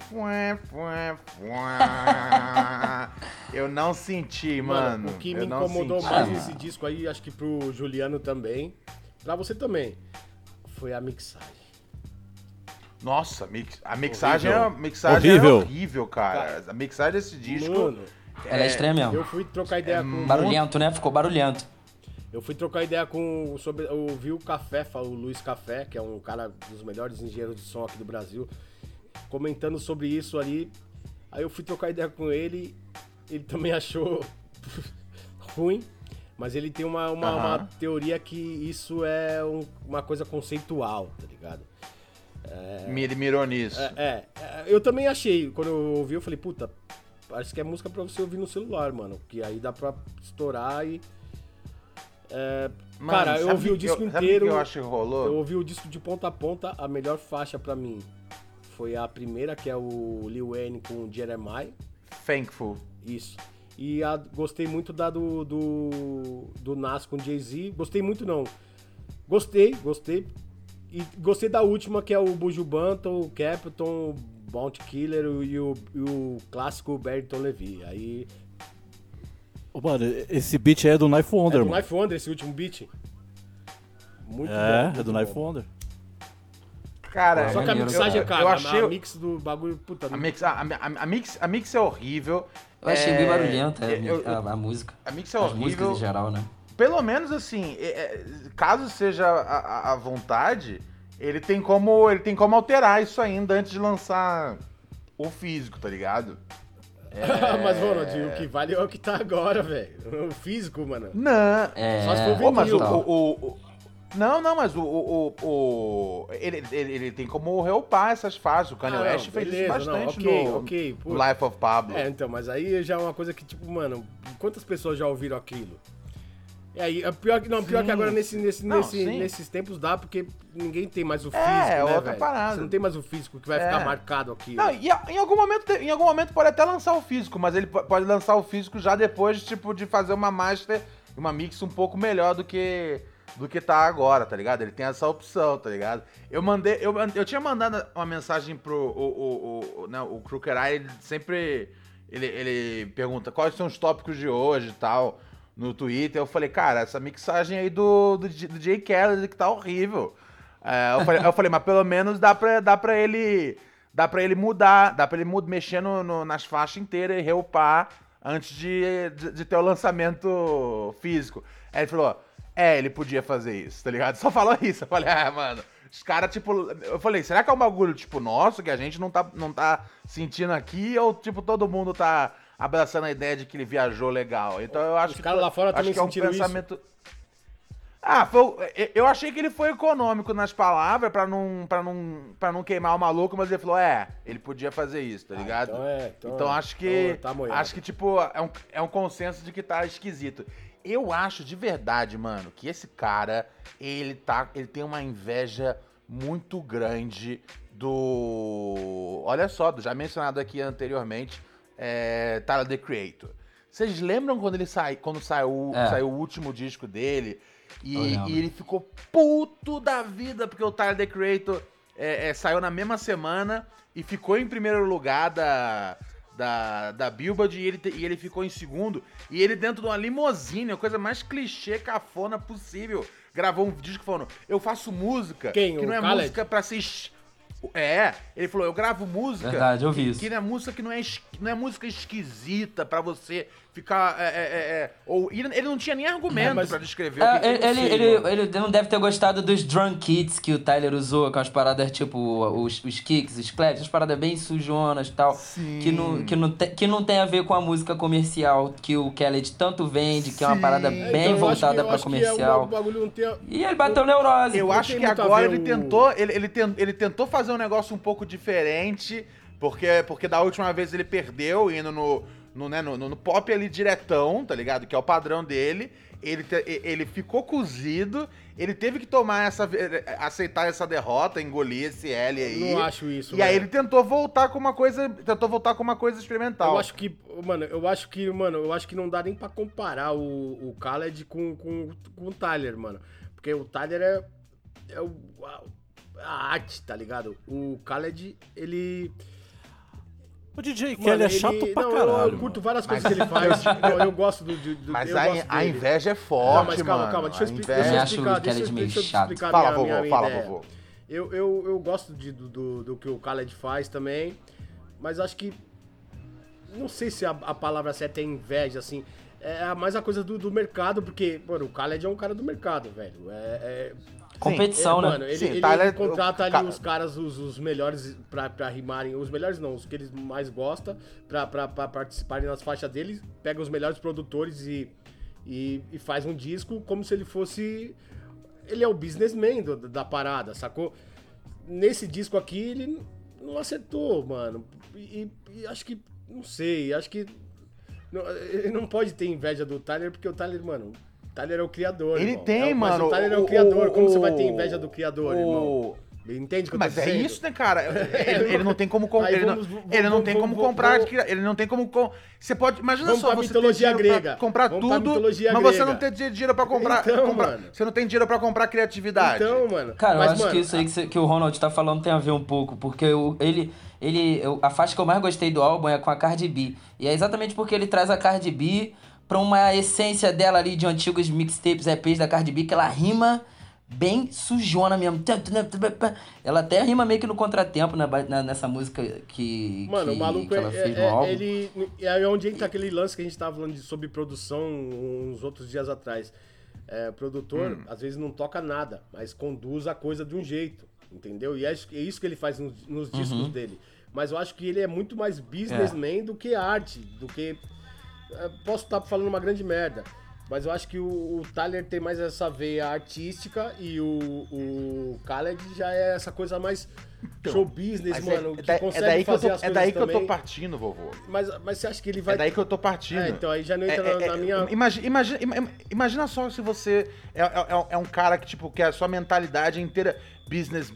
Eu não senti, mano. O que me incomodou mais nesse disco aí, acho que pro Juliano também, pra você também, foi a mixagem. Nossa, a mixagem Horrível. é horrível, cara. A mixagem desse disco... Mano, Ela é estranha mesmo. eu fui trocar ideia com... Barulhento, né? Ficou barulhento. Eu fui trocar ideia sobre o Café, o Luiz Café, que é um cara dos melhores engenheiros de som aqui do Brasil, comentando sobre isso ali. Aí eu fui trocar ideia com ele também achou ruim, mas ele tem uma teoria que isso é uma coisa conceitual, tá ligado? Ele mirou nisso. Eu também achei, quando eu ouvi, eu falei, puta, parece que é música pra você ouvir no celular, mano, que aí dá pra estourar e... Mano, cara, eu ouvi o disco inteiro. Que eu acho que rolou? Eu ouvi o disco de ponta a ponta. A melhor faixa pra mim foi a primeira, que é o Lil Wayne com o Jeremiah. Thankful. Isso. E gostei muito da do Nas com Jay-Z. Gostei muito, não. Gostei. E gostei da última, que é o Buju Banton, o Capleton, o Bounty Killer e o clássico Barrington Levy. Aí... Mano, esse beat aí é do Knife Wonder, do mano. Knife Wonder, esse último beat. Muito bom. É do bom. Knife Wonder. Cara, Só que a mixagem, cara, eu achei... a mix do bagulho, puta... A mix é horrível. Eu achei bem barulhenta a música. A mix é As horrível. músicas em geral, né? Pelo menos assim, caso seja a vontade, ele tem como alterar isso ainda antes de lançar o físico, tá ligado? Mas, Ronald, o que vale é o que tá agora, velho. O físico, mano. Não. Só se for Mas vinil. mas ele tem como reupar essas fases. O Kanye West fez isso bastante no Life of Pablo. Então, mas aí já é uma coisa que, tipo, mano, quantas pessoas já ouviram aquilo? E aí, pior que agora nesses tempos dá, porque ninguém tem mais o físico, né, outra velho? parada. Você não tem mais o físico que vai ficar marcado aqui. Não, e em algum momento pode até lançar o físico, mas ele pode lançar o físico já depois, tipo, de fazer uma master, uma mix um pouco melhor do que do que tá agora, tá ligado? Ele tem essa opção, tá ligado? Eu tinha mandado uma mensagem pro o Crooked Eye, ele sempre, ele pergunta quais são os tópicos de hoje e tal, no Twitter. Eu falei, cara, essa mixagem aí do Jay Khaled que tá horrível. Eu falei, mas pelo menos dá pra ele mudar, mexer nas faixas inteiras e reupar antes de ter o lançamento físico. Aí ele falou, ele podia fazer isso, tá ligado? Só falou isso. Eu falei, mano, os caras, tipo... Eu falei, será que é um bagulho, tipo, nosso, que a gente não tá sentindo aqui, ou, tipo, todo mundo tá abraçando a ideia de que ele viajou legal? Então eu acho Os caras lá fora também sentiram pensamento... Eu achei que ele foi econômico nas palavras pra não queimar o maluco, mas ele falou, ele podia fazer isso, tá ligado? Então acho que, tá tipo, é um consenso de que tá esquisito. Eu acho de verdade, mano, que esse cara, ele tem uma inveja muito grande olha só, do já mencionado aqui anteriormente, Tyler, The Creator. Vocês lembram quando saiu o último disco dele? E ele ficou puto da vida, porque o Tyler, The Creator saiu na mesma semana e ficou em primeiro lugar da Billboard, e ele ficou em segundo, e ele dentro de uma limusine, a coisa mais clichê, cafona possível, gravou um disco falando, eu faço música que não é Khaled? música pra ser... ele falou, eu gravo música... Verdade, eu vi isso. Que não é música que não é música esquisita pra você ficar... ele não tinha nem argumento pra descrever o que ele não deve ter gostado dos drum kits que o Tyler usou, com as paradas tipo os kicks, os claps, as paradas bem sujonas e tal. Sim. Que não tem a ver com a música comercial que o Khaled tanto vende, que é uma parada bem voltada pra comercial. E ele bateu neurose. Eu acho que agora ele tentou fazer um negócio um pouco diferente, porque da última vez ele perdeu indo no pop ali diretão, tá ligado? Que é o padrão dele. Ele ficou cozido, ele teve que aceitar essa derrota, engolir esse L aí. Não acho isso. E aí ele tentou voltar com uma coisa experimental. Eu acho que não dá nem pra comparar o Khaled com o Tyler, mano. Porque o Tyler é a arte, tá ligado? O Khaled, ele... O DJ Kelly é chato pra caralho. Eu curto várias coisas que ele faz. Eu gosto do mas a inveja é forte, mano. Calma, deixa eu explicar. Fala, vovô. Eu gosto do que o Khaled faz também, mas acho que... Não sei se a palavra certa é inveja, assim. É mais a coisa do mercado, porque, mano, o Khaled é um cara do mercado, velho. Competição, né? Mano, ele contrata ali os caras, os melhores pra rimarem. Os melhores não, os que eles mais gostam pra participarem nas faixas deles. Pega os melhores produtores e faz um disco como se ele fosse... Ele é o businessman da parada, sacou? Nesse disco aqui, ele não acertou, mano. E acho que... Não sei, acho que... Ele não pode ter inveja do Tyler, porque o Tyler, mano... O Tyler é o criador, ele irmão. tem, mano. Mas o Tyler é o criador. Como você vai ter inveja do criador, irmão? Entende o que eu tô dizendo? Mas é isso, né, cara? Ele não tem como comprar. Ele não tem como comprar. Ele não tem como. Você pode. Imagina só, você ter dinheiro pra comprar tudo, mas você não tem dinheiro pra comprar. Mano. Você não tem dinheiro pra comprar criatividade. Então, mano. Cara, eu acho que isso aí que o Ronald tá falando tem a ver um pouco, porque a faixa que eu mais gostei do álbum é com a Cardi B. E é exatamente porque ele traz a Cardi B pra uma essência dela ali de antigos mixtapes, EPs da Cardi B, que ela rima bem sujona mesmo. Ela até rima meio que no contratempo nessa música que o maluco ela fez no álbum. É onde entra aquele lance que a gente tava falando sobre produção uns outros dias atrás. O produtor, às vezes, não toca nada, mas conduz a coisa de um jeito, entendeu? E é isso que ele faz nos discos dele. Mas eu acho que ele é muito mais businessman do que arte, do que... Posso estar falando uma grande merda, mas eu acho que o Tyler tem mais essa veia artística e o Khaled já é essa coisa mais show business, mano, que consegue fazer as coisas. É daí que eu tô partindo, vovô. Mas você acha que ele vai... É daí que eu tô partindo. Então aí já não entra na minha... Imagina só se você é um cara que, tipo, que a sua mentalidade é inteira business,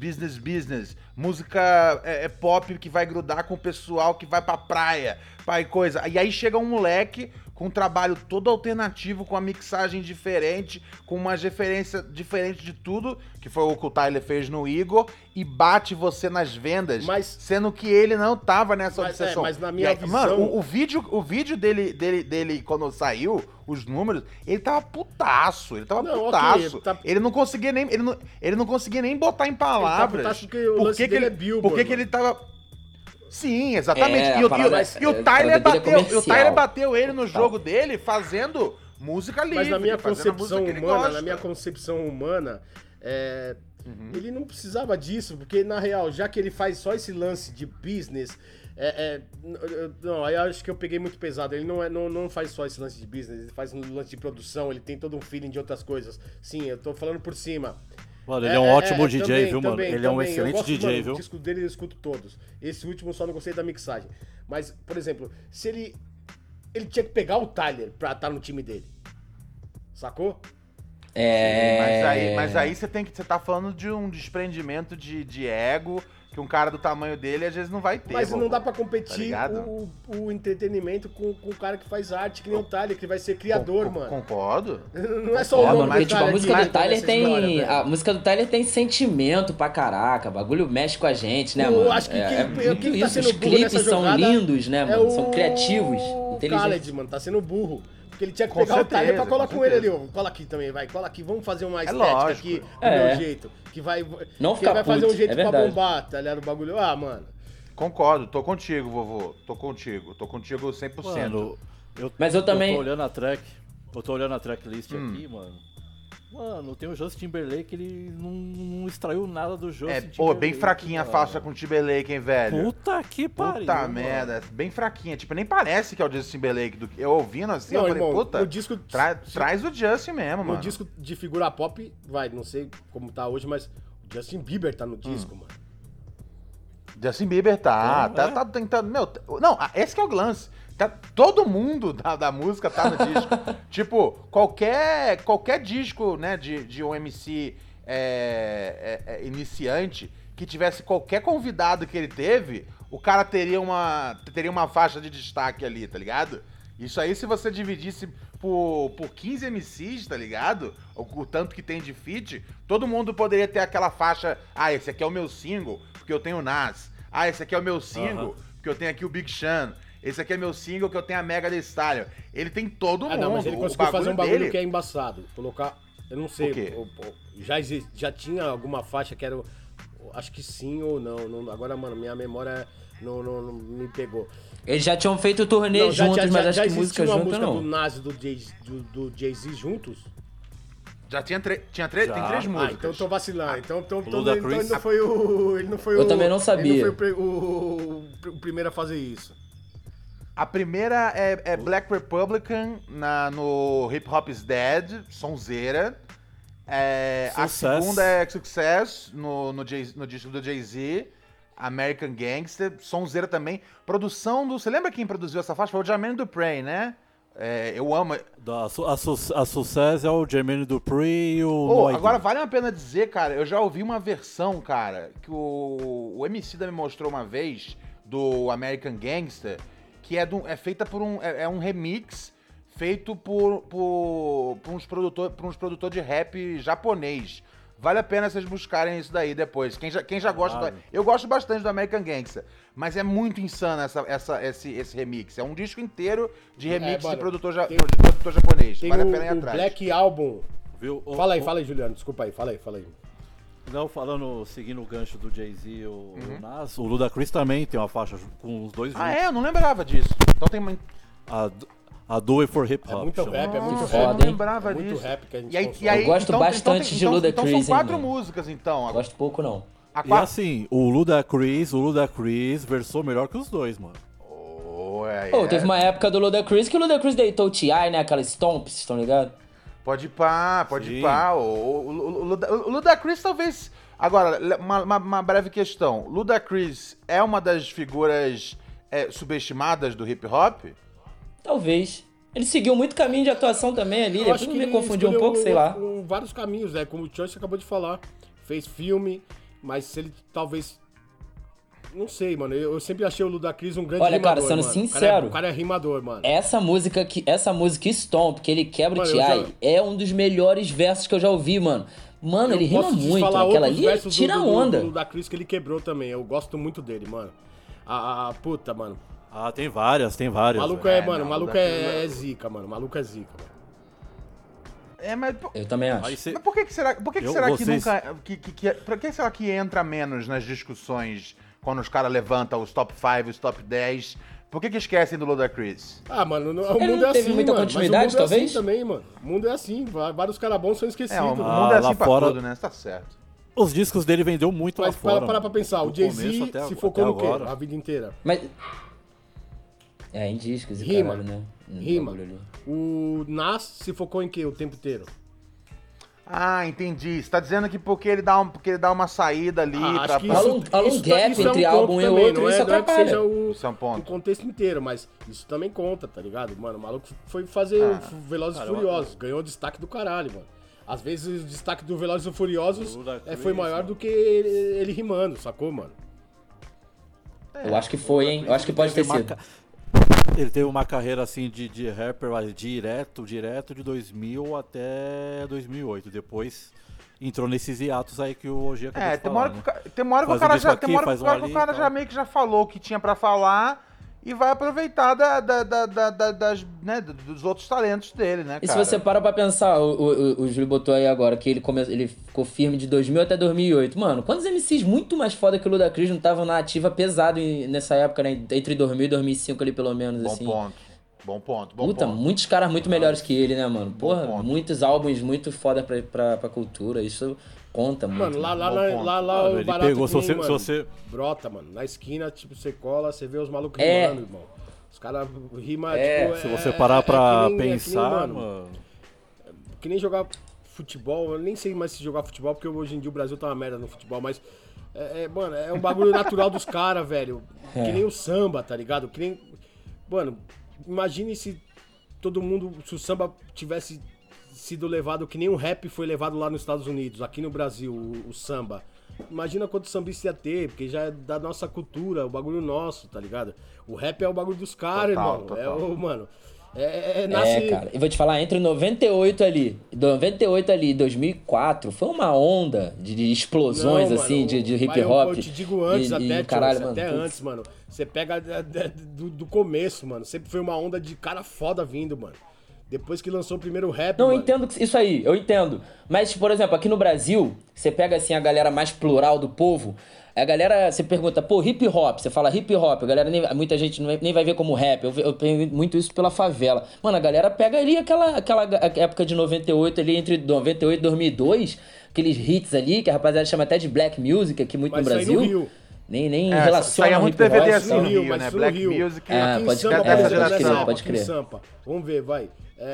música pop que vai grudar com o pessoal que vai pra praia, pai, coisa. E aí chega um moleque com um trabalho todo alternativo, com uma mixagem diferente, com uma referência diferente de tudo, que foi o que o Tyler fez no Igor, e bate você nas vendas, sendo que ele não tava nessa obsessão. Mas na minha visão... Mano, o vídeo dele quando saiu, os números, ele tava putaço, putaço. Okay, ele não conseguia nem, ele não conseguia nem botar em palavras. Ele tá porque o lance dele é Billboard, por que ele tava... Sim, exatamente. E o Tyler bateu ele no jogo dele fazendo música livre. Mas na minha concepção humana, ele não precisava disso, porque na real, já que ele faz só esse lance de business, não, aí eu acho que eu peguei muito pesado. Ele não faz só esse lance de business, ele faz um lance de produção, ele tem todo um feeling de outras coisas. Sim, eu tô falando por cima. Mano, ele é um ótimo DJ, viu, mano? Ele é um excelente DJ, viu? O disco dele eu escuto todos. Esse último só não gostei da mixagem. Mas, por exemplo, se ele tinha que pegar o Tyler pra estar no time dele. Sacou? Mas aí você tá falando de um desprendimento de ego que um cara do tamanho dele às vezes não vai ter. Mas não dá pra competir o entretenimento com o cara que faz arte, que nem o Tyler, que vai ser criador, mano. Concordo. Não é só o nome mano, tipo, a música do Tyler tem. História, a música do Tyler tem sentimento pra caraca. O bagulho mexe com a gente, né, mano? Eu acho que quem tá sendo Os burro clipes nessa são jogada lindos, né, mano? São criativos, o inteligentes. Khaled, mano, tá sendo burro. Porque ele tinha que pegar o Tyler pra colar com ele ali, ó. Cola aqui também, vai. Cola aqui, vamos fazer uma estética aqui do meu jeito. Que vai fazer um jeito pra bombar, tá ligado? O bagulho. Ah, mano. Concordo, tô contigo, vovô. Tô contigo 100%. Mano, mas eu também... Eu tô olhando a tracklist aqui, mano. Mano, tem o Justin Timberlake, ele não extraiu nada do Justin Timberlake. Bem fraquinha a faixa com o Timberlake, hein, velho? Puta que pariu. Puta merda, bem fraquinha. Tipo, nem parece que é o Justin Timberlake. Eu ouvindo assim, eu falei, irmão, puta, o disco, traz o Justin mesmo, mano. No disco de figura pop, não sei como tá hoje, mas o Justin Bieber tá no disco, mano. Justin Bieber tá tentando... Não, esse que é o lance. Todo mundo da música tá no disco. Tipo, qualquer disco, né, de um MC iniciante que tivesse qualquer convidado que ele teve, o cara teria uma faixa de destaque ali, tá ligado? Isso aí, se você dividisse por 15 MCs, tá ligado? O tanto que tem de feat, todo mundo poderia ter aquela faixa. Ah, esse aqui é o meu single, porque eu tenho o Nas. Ah, esse aqui é o meu single, porque eu tenho aqui o Big Sean. Esse aqui é meu single que eu tenho a Mega Thee Stallion. Ele tem todo mundo. Não, mas ele conseguiu fazer um bagulho que é embaçado. Colocar, eu não sei, já tinha alguma faixa que era, acho que sim ou não. Agora, mano, minha memória não me pegou. Eles já tinham feito turnê juntos, mas acho que música junto não. Já existiu uma música do Nas e do Jay-Z juntos? Já tem 3 músicas. Então eu tô vacilando. Então ele não foi Eu também não sabia. Ele não foi o primeiro a fazer isso. A primeira é Black Republican no Hip Hop is Dead, sonzeira. A segunda é Success no disco do Jay-Z, American Gangster, sonzeira também. Produção do... Você lembra quem produziu essa faixa? Foi o Jermaine Dupri, né? Eu amo... A Success é o Jermaine Dupri e o... Agora vale a pena dizer, cara, eu já ouvi uma versão, cara, que o Emicida me mostrou uma vez, do American Gangster, que é feita por um remix feito por uns produtor de rap japonês. Vale a pena vocês buscarem isso daí depois. Quem já gosta... Eu gosto bastante do American Gangster, mas é muito insano esse remix. É um disco inteiro de remix de produtor japonês. Vale a pena ir atrás. Black Album. Viu? Fala aí, Juliano. Desculpa aí, fala aí. Não, seguindo o gancho do Jay-Z e o Nas, o Ludacris também tem uma faixa com os dois juntos. Eu não lembrava disso. Então tem uma... A Do It For Hip Hop. É muito rap, foda, eu não lembrava disso. Muito rap que a gente eu gosto bastante de Ludacris, então são 4 hein, músicas, então. Gosto pouco, não. E assim, o Ludacris versou melhor que os dois, mano. Teve uma época do Ludacris que o Ludacris deitou o T.I., né? Aquela Stomps, estão ligados? Pode ir pá. O Ludacris talvez... Agora, uma breve questão. Ludacris é uma das figuras subestimadas do hip hop? Talvez. Ele seguiu muito caminho de atuação também ali, depois me confundiu um pouco, sei lá. Vários caminhos, como o Chance acabou de falar. Fez filme, mas se ele talvez Não sei, mano. Eu sempre achei o Ludacris um grande Olha, rimador, cara, sendo mano. sincero, O cara é rimador, mano. essa música Stomp, que ele quebra o Mano, T.I., é um dos melhores versos que eu já ouvi, mano. Mano, ele rima Posso te muito. falar Aquela outros ali versos tira do onda. Ludacris que ele quebrou também. Eu gosto muito dele, mano. Puta, mano. Ah, tem várias. O maluco velho. mano, o não, maluco Ludacris é zica, mano. O maluco é zica, mano. Mas Eu também acho. Aí cê- por que será, vocês- por que será que entra menos nas discussões quando os caras levantam os top 5, os top 10? Por que esquecem do Ludacris? Mano, o Ele mundo não é teve assim, muita mano. continuidade, Mas o mundo é talvez? assim também, mano. O mundo é assim. Vários caras bons são esquecidos. O mundo Ah, é assim lá pra fora- tudo, né? Tá certo. Os discos dele vendeu muito lá Mas fora. para pra pensar. O Do Jay-Z começo até se ag- focou até no quê? agora. A vida inteira. Mas. Em discos e Rima. caralho, né? No Rima. bagulho ali. O Nas se focou em quê o tempo inteiro? Ah, entendi. Você tá dizendo que porque ele dá uma saída ali pra... acho que pra- Há um gap entre álbum e também, outro, não isso não que atrapalha. seja Isso é um ponto. o contexto inteiro, mas isso também conta, tá ligado? Mano, o maluco foi fazer o Velozes e Furiosos, ganhou destaque do caralho, mano. Às vezes o destaque do Velozes e Furiosos Ludacris, foi maior mano. do que ele rimando, sacou, mano? Eu acho que foi, hein? Eu acho que pode ter sido. Ele teve uma carreira assim de rapper mas direto de 2000 até 2008. Depois entrou nesses hiatos aí que o Ogi acabou de Tem uma hora falar, que, né? tem uma hora que o Faz um cara disco já, aqui, tem uma hora faz que um o ali cara e já tal. meio que já falou o que tinha pra falar e vai aproveitar dos outros talentos dele, né, E cara? se você para pra pensar, o Júlio botou aí agora que ele ficou firme de 2000 até 2008. Mano, quantos MCs muito mais foda que o Ludacris não estavam na ativa pesado nessa época, né? Entre 2000 e 2005 ali, pelo menos, Bom assim. Bom ponto. Puta, muitos caras muito melhores que ele, né, mano? Porra, ponto. muitos álbuns muito foda pra cultura. Isso conta muito. Mano, lá Mano, o ele barato pegou, que se nem, você- mano, se você- brota, mano. Na esquina, tipo, você cola, você vê os malucos É. rimando, irmão. Os caras rimam, É. tipo... Se você parar pra que nem, pensar, mano, mano. que nem jogar futebol, eu nem sei mais se jogar futebol, porque hoje em dia o Brasil tá uma merda no futebol, mas, mano, é um bagulho natural dos caras, velho. Que nem o samba, tá ligado? Que nem, mano, imagine se todo mundo, se o samba tivesse sido levado, que nem o rap foi levado lá nos Estados Unidos, aqui no Brasil, o samba. Imagina quanto sambista ia ter, porque já é da nossa cultura, o bagulho nosso, tá ligado? O rap é o bagulho dos caras, Total, irmão. total. Mano, nasce... Cara, e vou te falar, entre 98 ali e 2004, foi uma onda de explosões, Não, assim, mano, de hip vai, hop. Eu te digo antes, até, caralho, tio, mano. até putz. antes, mano. Você pega do começo, mano. Sempre foi uma onda de cara foda vindo, mano. Depois que lançou o primeiro rap, Não, eu mano. entendo isso aí, eu entendo. Mas, por exemplo, aqui no Brasil, você pega assim a galera mais plural do povo, a galera, você pergunta, pô, hip hop, você fala hip hop, a galera muita gente nem vai ver como rap, eu tenho muito isso pela favela. Mano, a galera pega ali aquela época de 98 ali, entre 98 e 2002, aqueles hits ali, que a rapaziada chama até de black music aqui muito Mas no isso aí Brasil. no Rio. Nem É, relaciona saía ao muito hip hop. DVD Mas assim isso no no Rio, Rio, mas né? isso no Black Rio. Music. Ah, Aqui em pode Sampa, crer, por exemplo, pode nessa crer, época, pode aqui em crer. Sampa. Vamos ver, vai.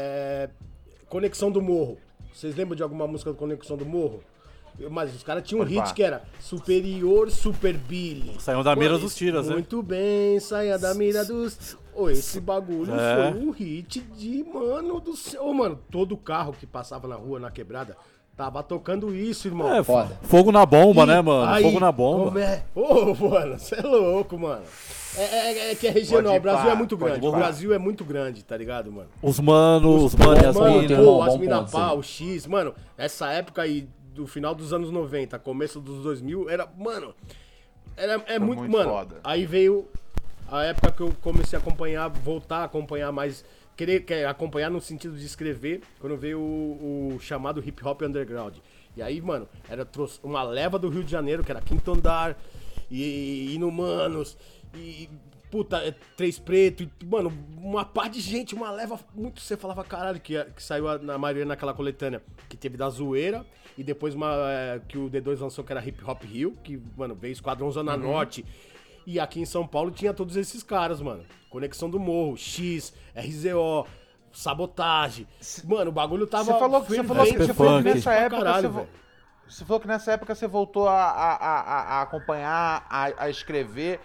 Conexão do Morro. Vocês lembram de alguma música do Conexão do Morro? Mas os caras tinham um Pode hit falar. que era Superior Super Billy. Saiu da mira Mano, dos tiras, né? Muito bem, saia da mira dos... Ô, esse bagulho É. foi um hit de, mano do céu. Ô, mano, todo carro que passava na rua, na quebrada, tava tocando isso, irmão. É, Foda. fogo na bomba, E né, mano? aí, Fogo na bomba. como é? Ô, mano, você é louco, mano. É que é regional, Pode ir o Brasil pá, é muito pode grande. ir O pá. Brasil é muito grande, tá ligado, mano? Os mano e as Mano, minas. bom as mina ponto, pá, sim. o X, mano, essa época aí, do final dos anos 90, começo dos 2000, era, mano, é muito, muito mano, foda. aí veio a época que eu comecei a acompanhar, voltar a acompanhar mais, querer acompanhar no sentido de escrever, quando veio o chamado hip hop underground. E aí, mano, trouxe uma leva do Rio de Janeiro, que era Quinto Andar, e Inumanos, e puta, Três Preto, e, mano, uma par de gente, uma leva muito, você falava, caralho, que saiu na maioria naquela coletânea, que teve da Zoeira, e depois que o D2 lançou, que era Hip Hop Rio, que, mano, veio Esquadrão Zona Norte, e aqui em São Paulo tinha todos esses caras, mano, Conexão do Morro, X, RZO, Sabotagem, mano, o bagulho tava... Você falou que Funk. nessa época caralho, você, velho. você falou que nessa época você voltou a acompanhar, a escrever.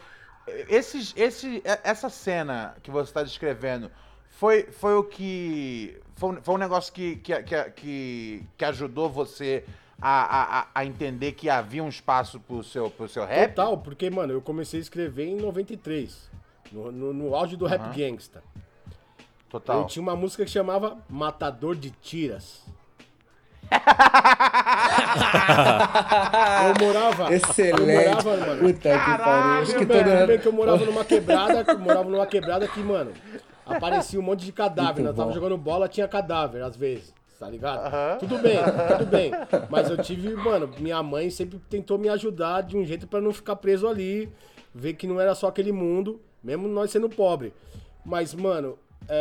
Essa cena que você está descrevendo foi o que foi um negócio que ajudou você a entender que havia um espaço pro seu rap? Total, porque, mano, eu comecei a escrever em 93, no auge do Rap Gangsta. Total. Eu tinha uma música que chamava Matador de Tiras. Eu morava. Excelente. Mano. Puta que pariu. Acho que Tudo bem que eu morava numa quebrada que, mano, aparecia um monte de cadáver. Nós tava jogando bola, tinha cadáver, às vezes. Tá ligado? Tudo bem. Mas eu tive, mano, minha mãe sempre tentou me ajudar de um jeito pra não ficar preso ali. Ver que não era só aquele mundo, mesmo nós sendo pobre. Mas, mano,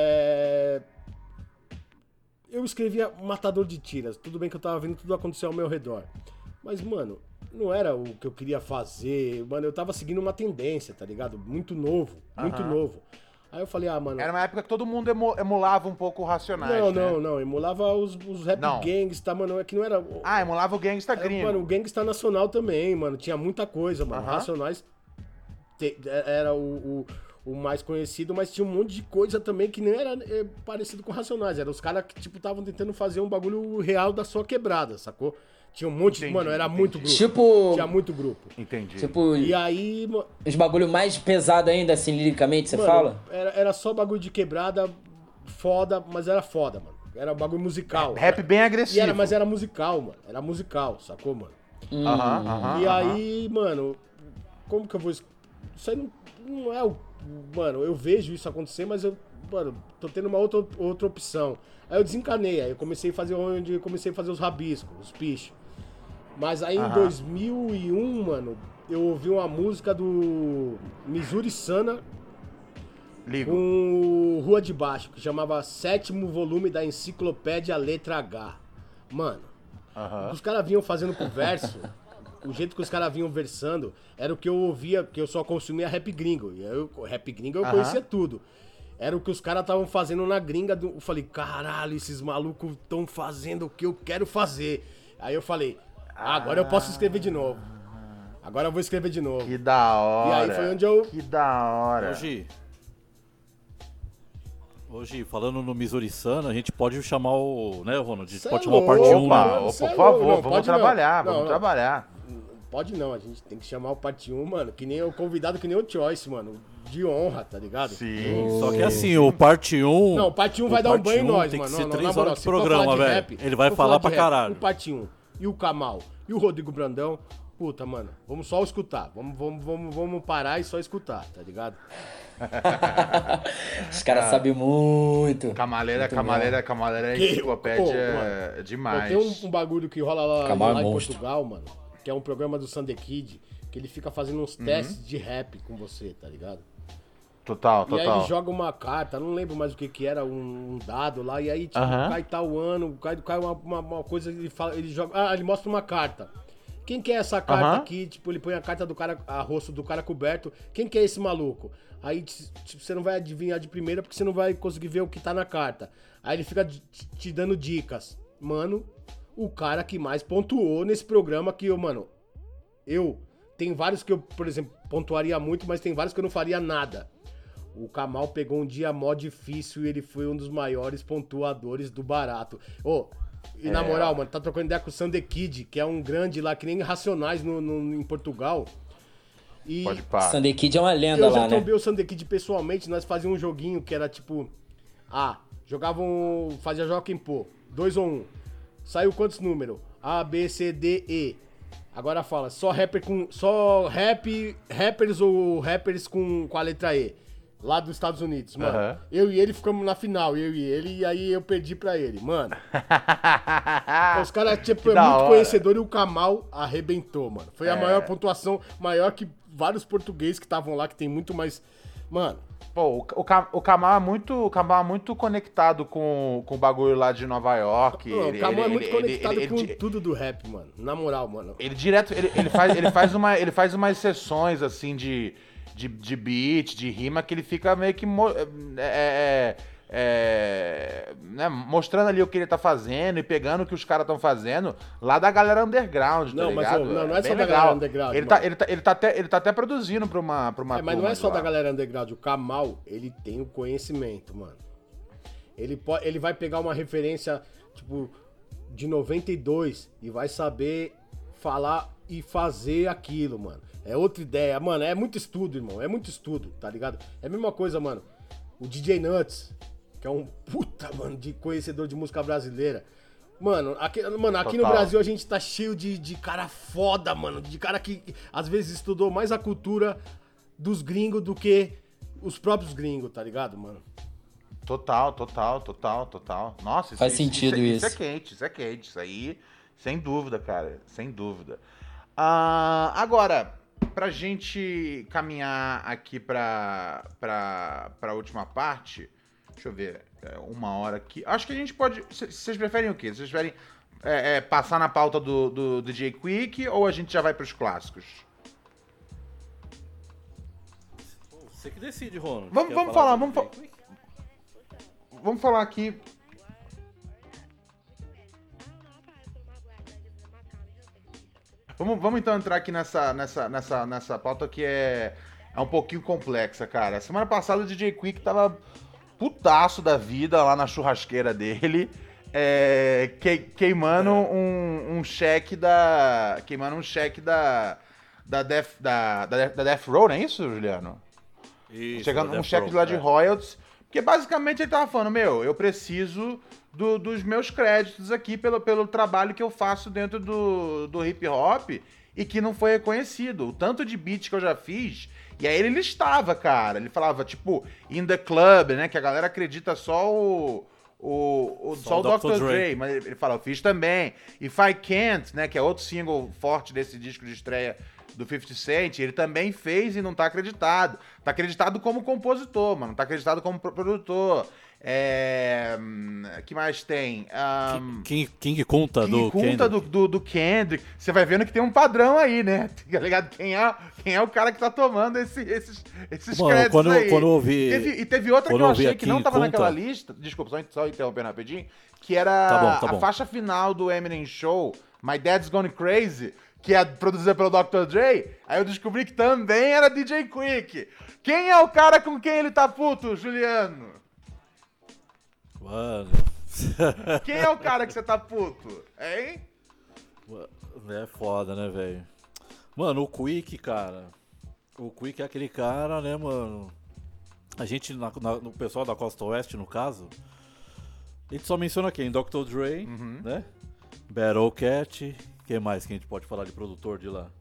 eu escrevia Matador de Tiras. Tudo bem que eu tava vendo tudo acontecer ao meu redor. Mas, mano, não era o que eu queria fazer. Mano, eu tava seguindo uma tendência, tá ligado? Muito novo. Aí eu falei, mano... Era uma época que todo mundo emulava um pouco o Racionais, Não. Emulava os rap gangsta, mano. É que não era... emulava o gangsta gringo. Mano, o gangsta nacional também, mano. Tinha muita coisa, mano. Racionais era o mais conhecido, mas tinha um monte de coisa também que nem era parecido com Racionais. Eram os caras que, tipo, estavam tentando fazer um bagulho real da sua quebrada, sacou? Tinha um monte de... Mano, era muito grupo. Tipo... Tinha muito grupo. Entendi. Tipo... E aí... Os bagulho mais pesado ainda, assim, liricamente, você fala? Era só bagulho de quebrada foda, mas era foda, mano. Era bagulho musical. Rap bem agressivo. Mas era musical, mano. Era musical, sacou, mano? E aí, mano... Como que eu vou... Isso aí não é o... Mano, eu vejo isso acontecer, mas eu... Mano, tô tendo uma outra opção. Aí eu desencanei, aí eu comecei a fazer os rabiscos, os pichos. Mas aí em 2001, mano, eu ouvi uma música do Missouri Sana com Rua de Baixo, que chamava 7º volume da enciclopédia Letra H. Mano, os caras vinham fazendo com verso, o jeito que os caras vinham versando, era o que eu ouvia, porque eu só consumia rap gringo. E rap gringo eu conhecia tudo. Era o que os caras estavam fazendo na gringa. Eu falei, caralho, esses malucos estão fazendo o que eu quero fazer. Aí eu falei, agora eu posso escrever de novo. Agora eu vou escrever de novo. Que da hora. E aí foi onde eu... Que da hora. Hoje, falando no Missouri Sana, a gente pode chamar o... Né, Ronald? A gente pode é chamar o parte 1, né? Por favor, vamos trabalhar, vamos trabalhar. Pode não, a gente tem que chamar o parte 1, mano, que nem o convidado, que nem o Choice, mano. De honra, tá ligado? Sim. Só que assim, o parte 1... Não, o parte 1 vai dar um banho em nós, tem mano. Tem que ser 3 moral, horas de programa, velho. Ele vai falar pra caralho. O parte 1 e o Kamal e o Rodrigo Brandão, puta, mano, vamos só escutar. Vamos parar e só escutar, tá ligado? Os caras sabem muito. Camaleira é enciclopédia demais. Tem um bagulho que rola lá em Portugal, mano, que é um programa do Sunday Kid, que ele fica fazendo uns testes de rap com você, tá ligado? Total. E aí ele joga uma carta, não lembro mais o que era, um dado lá, e aí tipo, cai tal ano, cai uma coisa, ele joga, ele mostra uma carta. Quem que é essa carta aqui? Tipo, ele põe a carta do cara, a rosto do cara coberto. Quem que é esse maluco? Aí tipo, você não vai adivinhar de primeira porque você não vai conseguir ver o que tá na carta. Aí ele fica te dando dicas. Mano, o cara que mais pontuou nesse programa que tem vários que eu, por exemplo, pontuaria muito, mas tem vários que eu não faria nada. O Kamal pegou um dia mó difícil e ele foi um dos maiores pontuadores do barato. E na moral, mano, tá trocando ideia com o Sunday Kid, que é um grande lá, que nem Racionais em Portugal. E pode pá. Sunday Kid é uma lenda lá, né? Eu já trombei o Sunday Kid pessoalmente, nós fazíamos um joguinho que era tipo... fazia Joaquim Pô, 2 ou 1. Saiu quantos números? A, B, C, D, E. Agora fala, rappers ou rappers com a letra E. Lá dos Estados Unidos, mano. Eu e ele ficamos na final, e aí eu perdi pra ele, mano. Os caras, tipo, muito conhecedor e o Kamal arrebentou, mano. Foi a maior pontuação, maior que vários portugueses que estavam lá, que tem muito mais... Mano... Pô, o Kamal é muito conectado com o bagulho lá de Nova York. O Kamal é muito conectado com tudo do rap, mano. Na moral, mano. Ele faz umas sessões, assim, de beat, de rima, que ele fica meio que mostrando ali o que ele tá fazendo e pegando o que os caras estão fazendo lá da galera underground, tá ligado? Não é só da galera underground. Ele tá até produzindo pra uma mas não é só da galera underground. O Kamal, ele tem o conhecimento, mano. Ele vai pegar uma referência, tipo, de 92 e vai saber falar e fazer aquilo, mano. É outra ideia, mano, é muito estudo, irmão, é muito estudo, tá ligado? É a mesma coisa, mano, o DJ Nuts, que é um puta, mano, de conhecedor de música brasileira. Mano, aqui no Brasil a gente tá cheio de cara foda, mano, de cara que às vezes estudou mais a cultura dos gringos do que os próprios gringos, tá ligado, mano? Total. Nossa, Faz sentido isso. Isso é quente, isso aí, sem dúvida, cara, sem dúvida. Agora, pra gente caminhar aqui pra última parte, deixa eu ver, 1 hora aqui. Acho que a gente pode, vocês preferem o quê? Vocês preferem passar na pauta do DJ Quick ou a gente já vai pros clássicos? Você que decide, Ronald. Vamos falar aqui. Vamos então entrar aqui nessa pauta que é um pouquinho complexa, cara. Semana passada o DJ Quick tava putaço da vida lá na churrasqueira dele, queimando um cheque da Death Row, não é isso, Juliano? Isso, chegando um cheque lá de royalties, porque basicamente ele tava falando, eu preciso dos meus créditos aqui pelo trabalho que eu faço dentro do hip hop e que não foi reconhecido. O tanto de beats que eu já fiz, e aí ele listava, cara, ele falava, tipo, In The Club, né, que a galera acredita só o Dr. Dre, mas ele fala, eu fiz também. If I Can't, né, que é outro single forte desse disco de estreia do 50 Cent, ele também fez e não tá acreditado. Tá acreditado como compositor, mano, não tá acreditado como produtor. Que mais tem? King Kunta do Kendrick. Você vai vendo que tem um padrão aí, né? Tá ligado? Quem é o cara que tá tomando esses créditos aí. Quando eu ouvi... E teve outra que eu achei que não tava naquela lista. Desculpa, só interrompendo rapidinho. Que era tá bom. A faixa final do Eminem Show, My Dad's Gone Crazy, que é produzida pelo Dr. Dre. Aí eu descobri que também era DJ Quick. Quem é o cara com quem ele tá puto, Juliano? Mano. Quem é o cara que você tá puto? Hein? É foda, né, velho? Mano, o Quick, cara. O Quick é aquele cara, né, mano? A gente, no pessoal da Costa Oeste, no caso, a gente só menciona quem? Dr. Dre, né? Battle Cat. Quem mais que a gente pode falar de produtor de lá?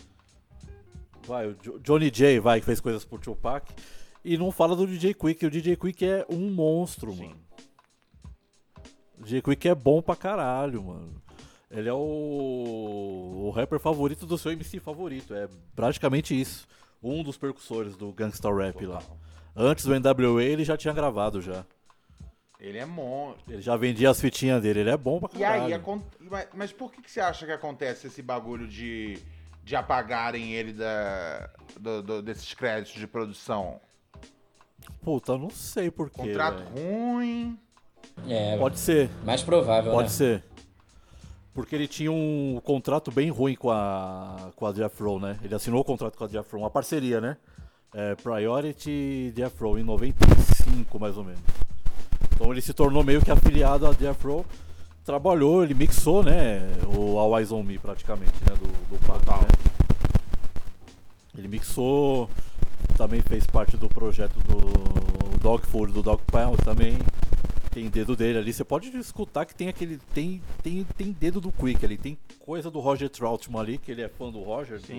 Vai, o Johnny J, que fez coisas por Tupac. E não fala do DJ Quick. O DJ Quick é um monstro, Sim. mano. O DJ Quick é bom pra caralho, mano. Ele é o rapper favorito do seu MC favorito. É praticamente isso. Um dos percussores do Gangsta Rap lá. Antes do NWA ele já tinha gravado já. Ele é monstro. Ele já vendia as fitinhas dele. Ele é bom pra caralho. E aí, mas por que você acha que acontece esse bagulho de apagarem ele desses créditos de produção? Puta, eu não sei porquê. Contrato ruim. Pode ser. Mais provável, Pode ser. Porque ele tinha um contrato bem ruim com a Death Row, né? Ele assinou o contrato com a Death Row, uma parceria, né? Priority Death Row, em 95, mais ou menos. Então ele se tornou meio que afiliado à Death Row. Trabalhou, ele mixou, né? O All Eyes On Me, praticamente, né? Do Pac, né? Ele mixou, também fez parte do projeto do Dog Food, do Dog Pound também. Tem dedo dele ali, você pode escutar que tem aquele. Tem dedo do Quick ali, tem coisa do Roger Troutman ali, que ele é fã do Roger. Sim,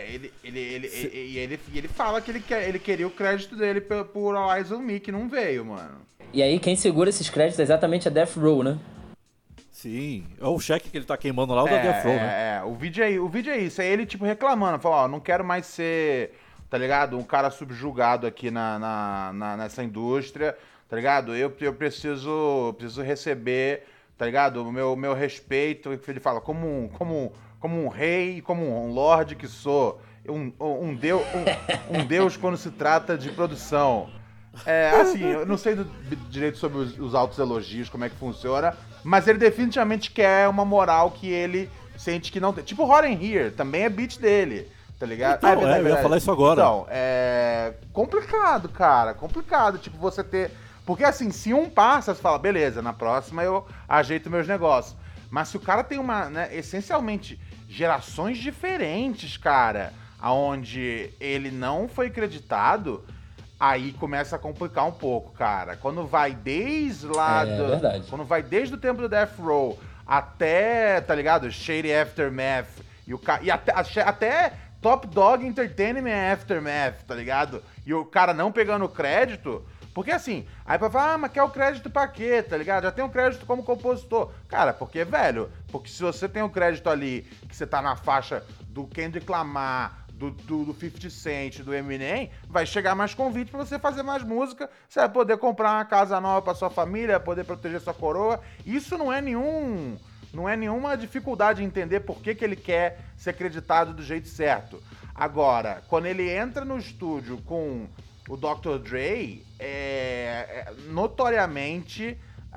ele fala que ele queria o crédito dele por All Eyes On Me, que não veio, mano. E aí quem segura esses créditos é exatamente a Death Row, né? Sim, é o cheque que ele tá queimando lá, o da Death Row, né? O vídeo é isso, é ele tipo reclamando, falando, não quero mais ser, tá ligado, um cara subjugado aqui nessa indústria. Tá ligado? Eu preciso receber, tá ligado? O meu respeito. Ele fala, como um rei, como um lorde que sou. Um deus quando se trata de produção. Assim, eu não sei direito sobre os altos elogios, como é que funciona, mas ele definitivamente quer uma moral que ele sente que não tem. Tipo o Hot in Here, também é beat dele. Tá ligado? Então, eu ia falar isso agora. Então, é complicado, cara. Complicado, tipo, você ter... Porque assim, se um passa, você fala, beleza, na próxima eu ajeito meus negócios. Mas se o cara tem essencialmente, gerações diferentes, cara, aonde ele não foi creditado, aí começa a complicar um pouco, cara. Quando vai desde lá verdade. Quando vai desde o tempo do Death Row até, tá ligado? Shady Aftermath e até Top Dog Entertainment Aftermath, tá ligado? E o cara não pegando crédito. Porque assim, aí pra falar, mas quer o crédito pra quê, tá ligado? Já tem um crédito como compositor. Cara, porque, velho, porque se você tem um crédito ali, que você tá na faixa do Kendrick Lamar, do 50 Cent, do Eminem, vai chegar mais convite pra você fazer mais música, você vai poder comprar uma casa nova pra sua família, vai poder proteger sua coroa. Isso não é nenhuma dificuldade em entender por que ele quer ser acreditado do jeito certo. Agora, quando ele entra no estúdio com o Dr. Dre, notoriamente,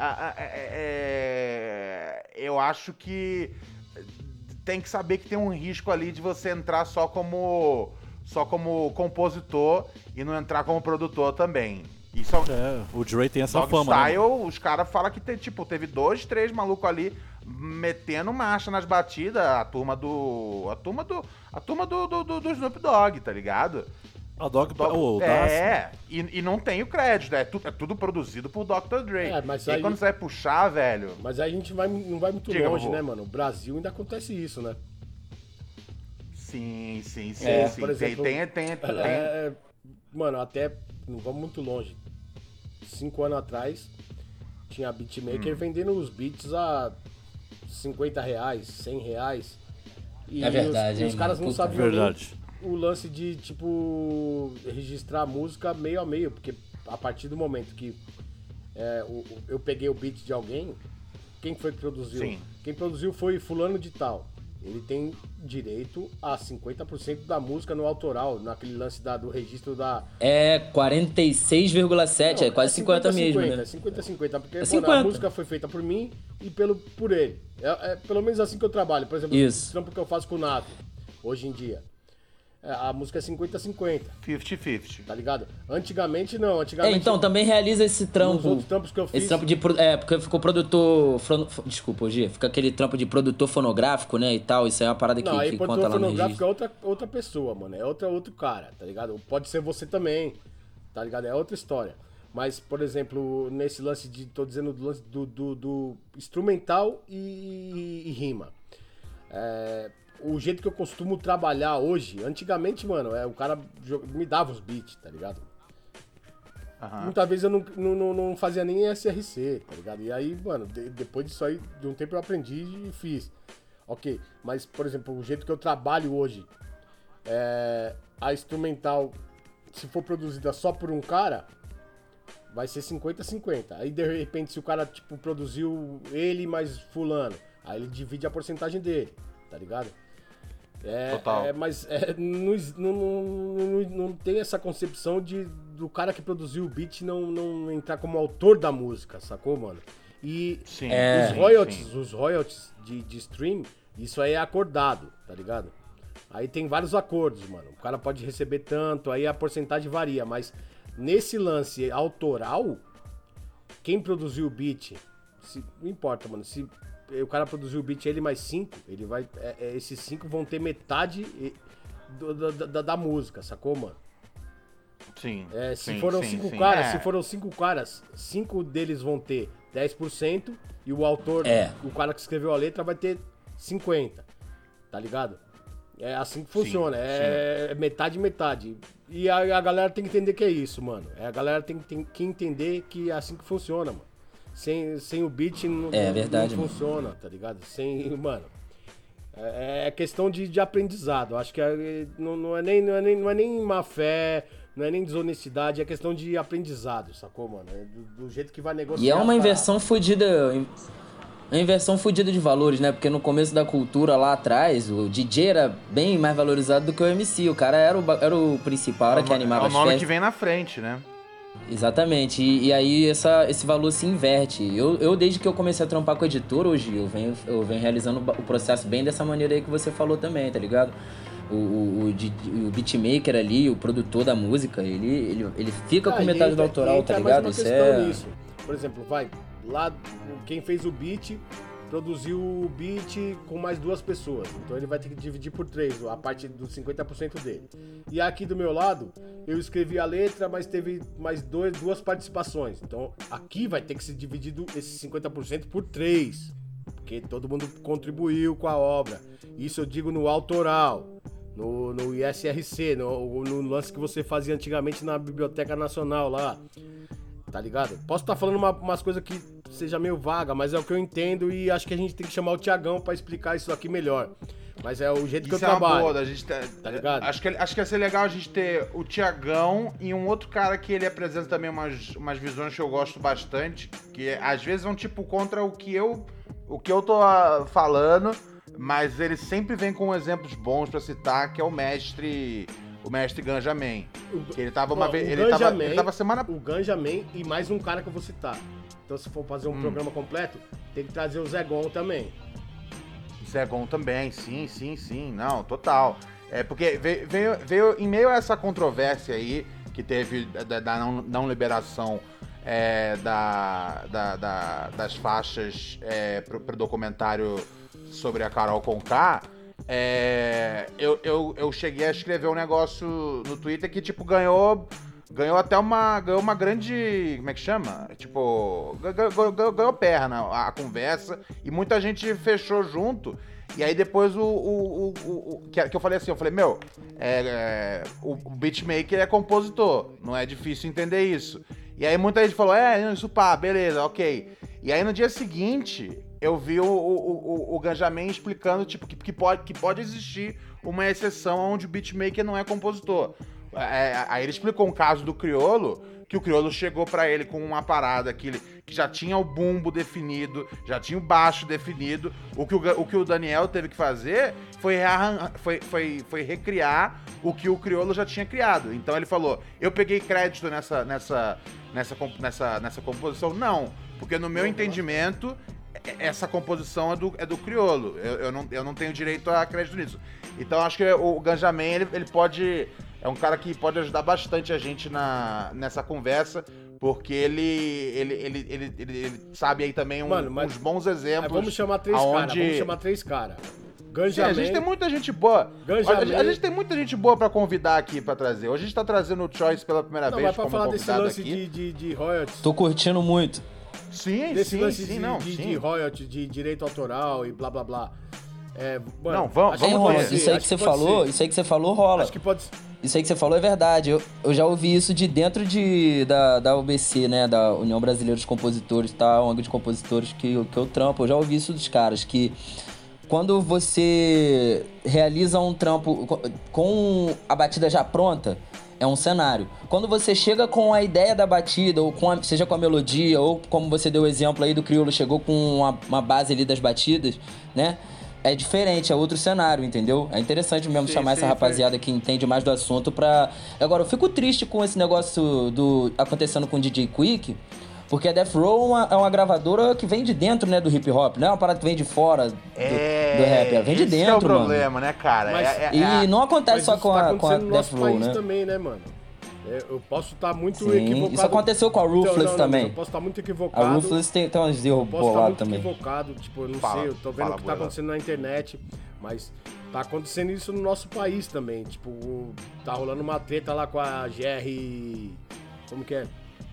eu acho que tem que saber que tem um risco ali de você entrar só como compositor e não entrar como produtor também. Isso o Dre tem essa Dog fama, Style, né? Os caras falam que teve 2, 3 malucos ali metendo marcha nas batidas, a turma do Snoop Dogg, tá ligado? A Dog... E não tem o crédito, é tudo produzido por Dr. Dre. Mas e aí quando você vai puxar, velho... Mas aí a gente não vai muito longe, né, mano? O Brasil ainda acontece isso, né? Sim. Por exemplo, tem. Mano, até não vamos muito longe. 5 anos atrás, tinha beatmaker vendendo os beats a R$50, R$100. E é verdade, os caras não sabiam verdade. O lance de, tipo, registrar a música meio a meio, porque a partir do momento que eu peguei o beat de alguém, quem foi que produziu? Sim. Quem produziu foi fulano de tal. Ele tem direito a 50% da música no autoral, naquele lance do registro da... 46,7, é quase 50 mesmo, né? 50-50, porque É 50. A música foi feita por mim e por ele. É pelo menos assim que eu trabalho. Por exemplo, o trampo que eu faço com o Nato, hoje em dia. A música é 50-50. 50-50. Tá ligado? Antigamente não. Antigamente, então, também realiza esse trampo. Os outros trampos que eu fiz. Esse trampo de. Porque ficou produtor. Desculpa, G. Fica aquele trampo de produtor fonográfico, né? E tal. Isso aí é uma parada que conta lá no registro. Produtor fonográfico é outra pessoa, mano. É outro cara, tá ligado? Pode ser você também, tá ligado? É outra história. Mas, por exemplo, nesse lance de. Tô dizendo do lance do instrumental e rima. O jeito que eu costumo trabalhar hoje, antigamente, mano, o cara me dava os beats, tá ligado? Uhum. Muitas vezes eu não fazia nem SRC, tá ligado? E aí, mano, depois disso aí, de um tempo eu aprendi e fiz. Ok, mas, por exemplo, o jeito que eu trabalho hoje, a instrumental, se for produzida só por um cara, vai ser 50-50. Aí, de repente, se o cara, tipo, produziu ele mais fulano, aí ele divide a porcentagem dele, tá ligado? Total. Mas não tem essa concepção do cara que produziu o beat não entrar como autor da música, sacou, mano? E sim, os royalties de stream, isso aí é acordado, tá ligado? Aí tem vários acordos, mano. O cara pode receber tanto, aí a porcentagem varia, mas nesse lance autoral, quem produziu o beat, não importa, mano, se o cara produziu o beat, ele mais 5, ele vai. Esses 5 vão ter metade da música, sacou, mano? Sim. Se foram 5 caras, 5 deles vão ter 10% e o autor, o cara que escreveu a letra, vai ter 50%. Tá ligado? É assim que funciona. É metade. E a galera tem que entender que é isso, mano. A galera tem que entender que é assim que funciona, mano. Sem o beat não funciona, tá ligado? Mano, é questão de aprendizado. Acho que não é nem má fé, não é nem desonestidade, é questão de aprendizado, sacou, mano? Do jeito que vai negociar. E é uma inversão fodida. Uma inversão fodida de valores, né? Porque no começo da cultura lá atrás, o DJ era bem mais valorizado do que o MC. O cara era o principal, era que animava as festas. É o nome que vem na frente, né? Exatamente, e aí esse valor se inverte. Eu desde que eu comecei a trampar com editor hoje, eu venho realizando o processo bem dessa maneira aí que você falou também, tá ligado? O beatmaker ali, o produtor da música, ele fica com metade do autoral, tá ligado? Isso é... Nisso. Por exemplo, lá quem fez o beat produziu o beat com mais 2 pessoas. Então ele vai ter que dividir por 3, a parte dos 50% dele. E aqui do meu lado, eu escrevi a letra, mas teve mais 2 participações. Então aqui vai ter que ser dividido esses 50% por 3. Porque todo mundo contribuiu com a obra. Isso eu digo no autoral, no ISRC, no lance que você fazia antigamente na Biblioteca Nacional lá. Tá ligado? Posso estar falando umas coisas que seja meio vaga, mas é o que eu entendo e acho que a gente tem que chamar o Thiagão pra explicar isso aqui melhor. Mas é o jeito que eu trabalho. Boa, a gente tá ligado? Acho que ia ser legal a gente ter o Thiagão e um outro cara que ele apresenta também umas visões que eu gosto bastante, que às vezes vão tipo contra o que eu tô falando, mas ele sempre vem com exemplos bons pra citar, que é o mestre Ganja Man. Que ele tava uma vez. Ele tava semana. O Ganja Man e mais um cara que eu vou citar. Então, se for fazer um programa completo, tem que trazer o Zé Gon também. Zé Gon também, sim. Não, total. É porque veio em meio a essa controvérsia aí, que teve da não liberação das faixas pro documentário sobre a Carol Conká. Eu cheguei a escrever um negócio no Twitter que, tipo, ganhou até uma grande, como é que chama? Tipo, ganhou perna a conversa e muita gente fechou junto. E aí depois que eu falei assim, meu, o beatmaker é compositor, não é difícil entender isso. E aí muita gente falou, isso pá, beleza, ok. E aí no dia seguinte, eu vi o Ganja Man explicando, tipo, que pode existir uma exceção onde o beatmaker não é compositor. Aí ele explicou um caso do Criolo, que o Criolo chegou pra ele com uma parada que já tinha o bumbo definido, já tinha o baixo definido. O que o Daniel teve que fazer foi recriar o que o Criolo já tinha criado. Então ele falou, eu peguei crédito nessa composição? Não, porque no meu entendimento essa composição é do Criolo. Eu não tenho direito a crédito nisso. Então acho que o Ganja Man, ele pode... É um cara que pode ajudar bastante a gente nessa conversa, porque ele sabe aí também uns bons exemplos. Vamos chamar 3 caras. Sim, a gente tem muita gente boa. A gente tem muita gente boa pra convidar aqui pra trazer. Hoje a gente tá trazendo o Choice pela primeira vez. Mas pra falar desse lance de royalties. Tô curtindo muito. Sim, de royalties, de direito autoral e blá blá blá. Vamos isso aí que você falou rola. Acho que pode. Isso aí que você falou é verdade. Eu já ouvi isso de dentro da UBC, né? Da União Brasileira dos Compositores, tá? ONG de compositores que eu trampo. Eu já ouvi isso dos caras, que quando você realiza um trampo com a batida já pronta, é um cenário. Quando você chega com a ideia da batida, ou seja com a melodia, ou como você deu o exemplo aí do Criolo, chegou com uma base ali das batidas, né? É diferente, é outro cenário, entendeu? É interessante mesmo chamar essa rapaziada que entende mais do assunto pra... Agora, eu fico triste com esse negócio acontecendo com o DJ Quick, porque a Death Row é uma gravadora que vem de dentro, né, do hip hop, não é uma parada que vem de fora do rap, ela vem de dentro, mano. Esse é o problema, né, cara? E não acontece só com a Death Row, né? Também, né, mano? Eu posso estar muito equivocado. Isso aconteceu com a Ruthless também. Eu posso estar muito equivocado. A Ruthless tem uns erros bolados também. Eu posso estar muito equivocado, tipo, eu não sei, eu tô vendo o que tá acontecendo na internet, mas tá acontecendo isso no nosso país também. Tipo, tá rolando uma treta lá com a GR... Como que é?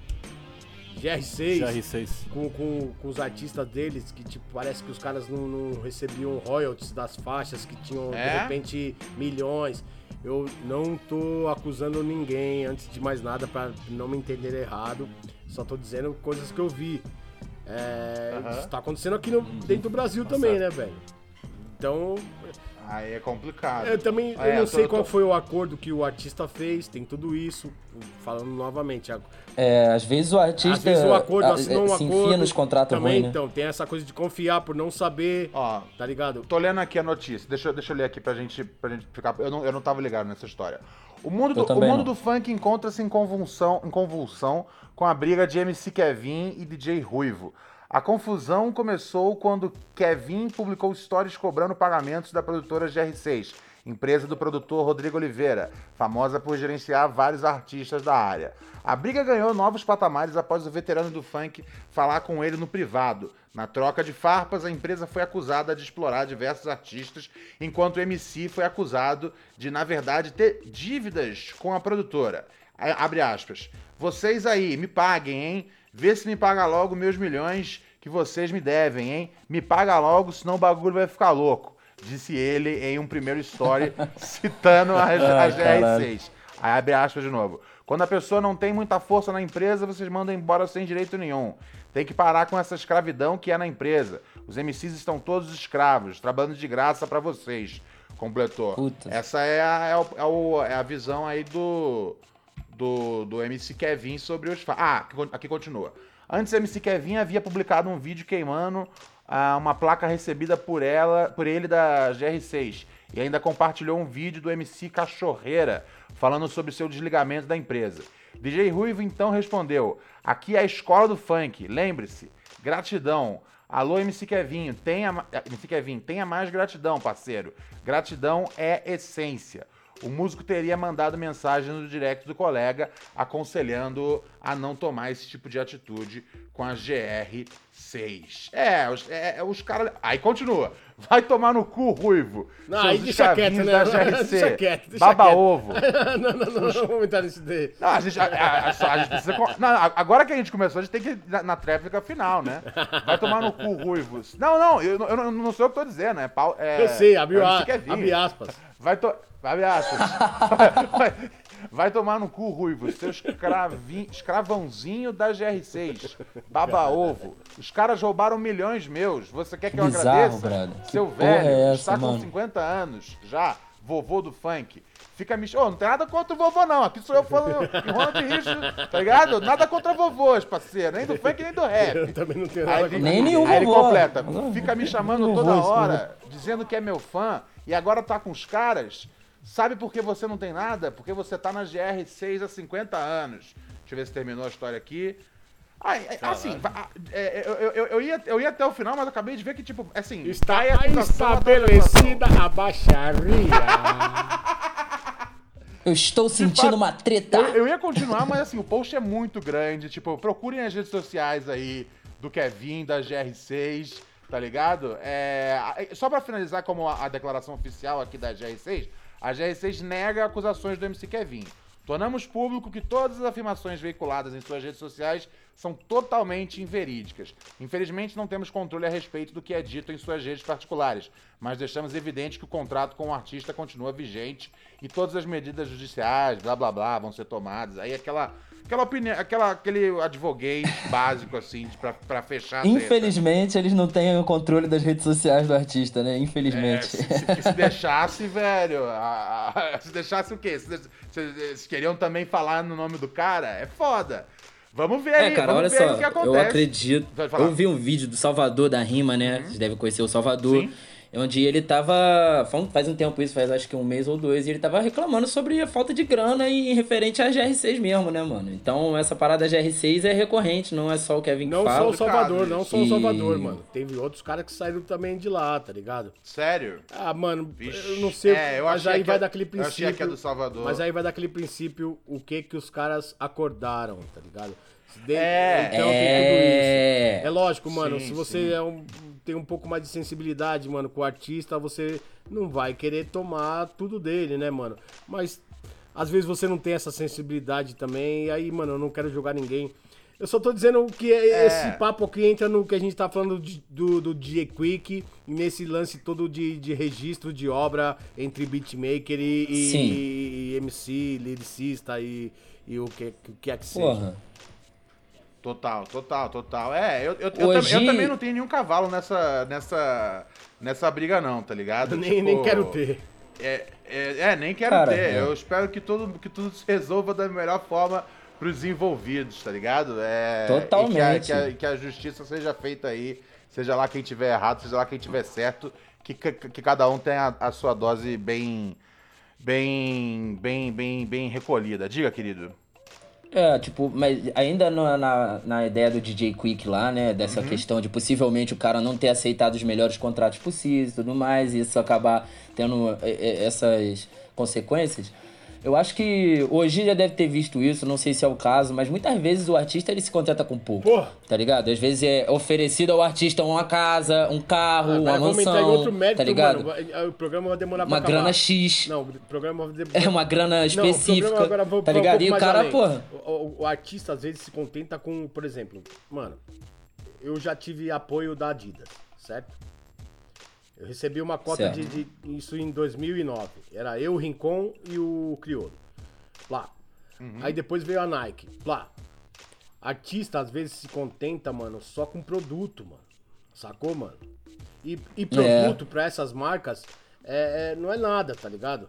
GR6. Com os artistas deles, que tipo, parece que os caras não recebiam royalties das faixas, que tinham, de repente, milhões. Eu não tô acusando ninguém, antes de mais nada, pra não me entender errado. Só tô dizendo coisas que eu vi. Isso tá acontecendo aqui dentro do Brasil também, né, velho? Então... Aí é complicado. Eu também não sei qual foi o acordo que o artista fez, tem tudo isso. Falando novamente. Às vezes o artista assinou um se acordo, enfia nos contratos também, ruins, né? Então, tem essa coisa de confiar por não saber, tá ligado? Tô lendo aqui a notícia, deixa eu ler aqui pra gente ficar... Eu não tava ligado nessa história. O mundo do funk encontra-se em convulsão com a briga de MC Kevin e DJ Ruivo. A confusão começou quando Kevin publicou stories cobrando pagamentos da produtora GR6, empresa do produtor Rodrigo Oliveira, famosa por gerenciar vários artistas da área. A briga ganhou novos patamares após o veterano do funk falar com ele no privado. Na troca de farpas, a empresa foi acusada de explorar diversos artistas, enquanto o MC foi acusado de, na verdade, ter dívidas com a produtora. Abre aspas. Vocês aí, me paguem, hein? Vê se me paga logo meus milhões que vocês me devem, hein? Me paga logo, senão o bagulho vai ficar louco. Disse ele em um primeiro story, citando a GR6. Aí abre aspas de novo. Quando a pessoa não tem muita força na empresa, vocês mandam embora sem direito nenhum. Tem que parar com essa escravidão que é na empresa. Os MCs estão todos escravos, trabalhando de graça pra vocês. Completou. Puta. Essa é a visão aí do MC Kevin sobre os fatos. Ah, aqui continua. Antes, o MC Kevin havia publicado um vídeo queimando uma placa recebida por ele da GR6 e ainda compartilhou um vídeo do MC Cachorreira falando sobre seu desligamento da empresa. DJ Ruivo então respondeu: aqui é a escola do funk, lembre-se, gratidão. Alô, MC Kevin, tenha mais gratidão, parceiro. Gratidão é essência. O músico teria mandado mensagem no direct do colega aconselhando a não tomar esse tipo de atitude com a GR6. Os caras... Aí continua. Vai tomar no cu, Ruivo. Não, aí deixa quieto, né? Da GRC. Deixa quieto. Baba-ovo. Não vamos entrar nisso daí. Não, a gente precisa... Não, agora que a gente começou, a gente tem que ir na tréplica final, né? Vai tomar no cu, Ruivo. Não, eu não sou eu que tô dizendo, eu sei, abre aspas. Abre aspas. Vai tomar no cu, Ruivo, seu escravãozinho da GR6. Baba-ovo. Os caras roubaram milhões meus. Você quer que eu agradeça? Brother. Seu Que porra velho, é essa, está com mano? 50 anos já, vovô do funk. Fica me... não tem nada contra o vovô, não. Aqui sou eu falando em Ronald Richard, tá ligado? Nada contra vovôs, parceiro. Nem do funk, nem do rap. Eu também não tenho nada contra Nem nenhum Aí ele vovô. completa. Fica me chamando Nenhum toda vovô, hora, dizendo que é meu fã, e agora tá com os caras. Sabe por que você não tem nada? Porque você tá na GR6 há 50 anos. Deixa eu ver se terminou a história aqui. Assim, eu ia até o final, mas acabei de ver que, tipo, assim... Está acusação, estabelecida a baixaria. Eu estou sentindo uma treta. Eu ia continuar, mas assim, o post é muito grande. Tipo, procurem as redes sociais aí do Kevin, da GR6, tá ligado? Só pra finalizar como a declaração oficial aqui da GR6, a GR6 nega acusações do MC Kevin. Tornamos público que todas as afirmações veiculadas em suas redes sociais são totalmente inverídicas. Infelizmente, não temos controle a respeito do que é dito em suas redes particulares, mas deixamos evidente que o contrato com o artista continua vigente e todas as medidas judiciais, blá blá blá, vão ser tomadas. Aí aquela opinião, aquele advoguês básico, assim, pra fechar a treta. Infelizmente, eles não têm o controle das redes sociais do artista, né? Infelizmente. Se deixasse, velho. Se deixasse o quê? Vocês queriam também falar no nome do cara? É foda. Vamos ver aí, cara, vamos olha ver aí só, o que acontece. eu acredito. Pode falar. Eu vi um vídeo do Salvador da Rima, né? Vocês devem conhecer o Salvador. Sim. Onde ele tava. Faz um tempo isso, faz acho que um mês ou dois, e ele tava reclamando sobre a falta de grana e referente à GR6 mesmo, né, mano? Então essa parada da GR6 é recorrente, não é só o Kevin que Não fala. só o Salvador, não só o E- Salvador, mano. Teve outros caras que saíram também de lá, tá ligado? Sério? Ah, mano, Vixe. eu não sei, Eu mas achei aí que vai é- daquele Eu princípio. achei que é do Salvador. Mas aí vai daquele princípio o que os caras acordaram, tá ligado? Então É. tem tudo isso. É lógico, mano, Sim, se você sim. tem um pouco mais de sensibilidade, mano, com o artista, você não vai querer tomar tudo dele, né, mano? Mas às vezes você não tem essa sensibilidade também, e aí, mano, eu não quero jogar ninguém. Eu só tô dizendo que esse papo aqui entra no que a gente tá falando do DJ Quick, nesse lance todo de registro de obra entre beatmaker e MC, lyricista e o que é que seja. Porra. Total. Eu Hoje- também não tenho nenhum cavalo nessa briga não, tá ligado? Nem quero ter. Nem quero Cara, ter. Eu espero que tudo se resolva da melhor forma pros envolvidos, tá ligado? Totalmente. E que a justiça seja feita aí, seja lá quem tiver errado, seja lá quem tiver certo, que cada um tenha a sua dose bem recolhida. Diga, querido. Tipo, mas ainda na ideia do DJ Quick lá, né? Dessa questão de possivelmente o cara não ter aceitado os melhores contratos possíveis e tudo mais, e isso acabar tendo essas consequências. Eu acho que hoje já deve ter visto isso, não sei se é o caso, mas muitas vezes o artista ele se contenta com pouco, tá ligado? Às vezes é oferecido ao artista uma casa, um carro, uma mansão, em outro mérito, tá ligado? Mano, o programa vai demorar pra uma acabar. grana X. Não, o programa vai demorar... É uma grana específica, não, o programa agora tá ligado? E o cara, porra... O artista às vezes se contenta com, por exemplo, mano, eu já tive apoio da Adidas, certo? Eu recebi uma cota de isso em 2009. Era eu, o Rincon e o Criolo. Plá. Aí depois veio a Nike. Plá. Artista às vezes se contenta, mano, só com produto, mano. Sacou, mano? E produto pra essas marcas não é nada, tá ligado?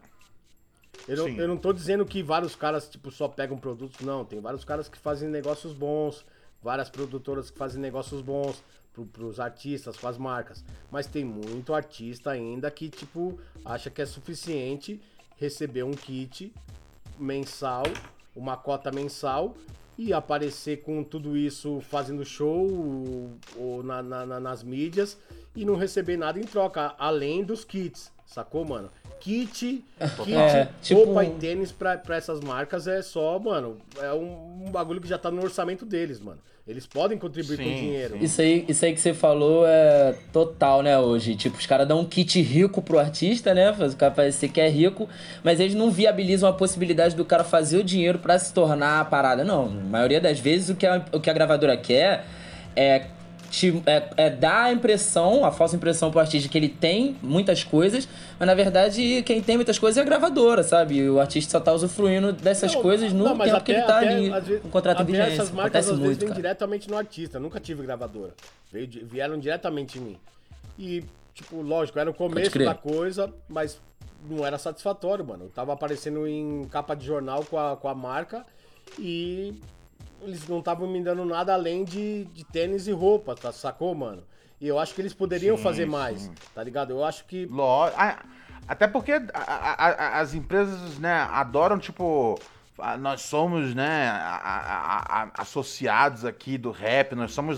Eu não tô dizendo que vários caras, tipo, só pegam produtos, não. Tem vários caras que fazem negócios bons, várias produtoras que fazem negócios bons pros artistas, com as marcas. Mas tem muito artista ainda que, tipo, acha que é suficiente receber um kit mensal, uma cota mensal, e aparecer com tudo isso fazendo show ou nas mídias e não receber nada em troca, além dos kits, sacou, mano? Kit, roupa e tênis pra essas marcas é só, mano, é um bagulho que já tá no orçamento deles, mano. Eles podem contribuir com dinheiro. Isso aí que você falou é total, né, hoje. Tipo, os caras dão um kit rico pro artista, né? Faz o cara parecer que é rico, mas eles não viabilizam a possibilidade do cara fazer o dinheiro pra se tornar a parada. Não, na maioria das vezes o que a gravadora quer é dar a impressão, a falsa impressão pro artista que ele tem muitas coisas, mas na verdade quem tem muitas coisas é a gravadora, sabe? E o artista só tá usufruindo dessas coisas no tempo que ele tá ali, com o contrato em vigência. Essas marcas às vezes vêm cara. diretamente no artista, nunca tive gravadora. Vieram diretamente em mim. E, tipo, lógico, era o começo da coisa, mas não era satisfatório, mano. Eu tava aparecendo em capa de jornal com a marca e eles não estavam me dando nada além de tênis e roupa, tá? Sacou, mano? E eu acho que eles poderiam fazer mais, tá ligado? Eu acho que... Até porque as empresas, né, adoram, tipo... Nós somos, né, associados aqui do rap, nós somos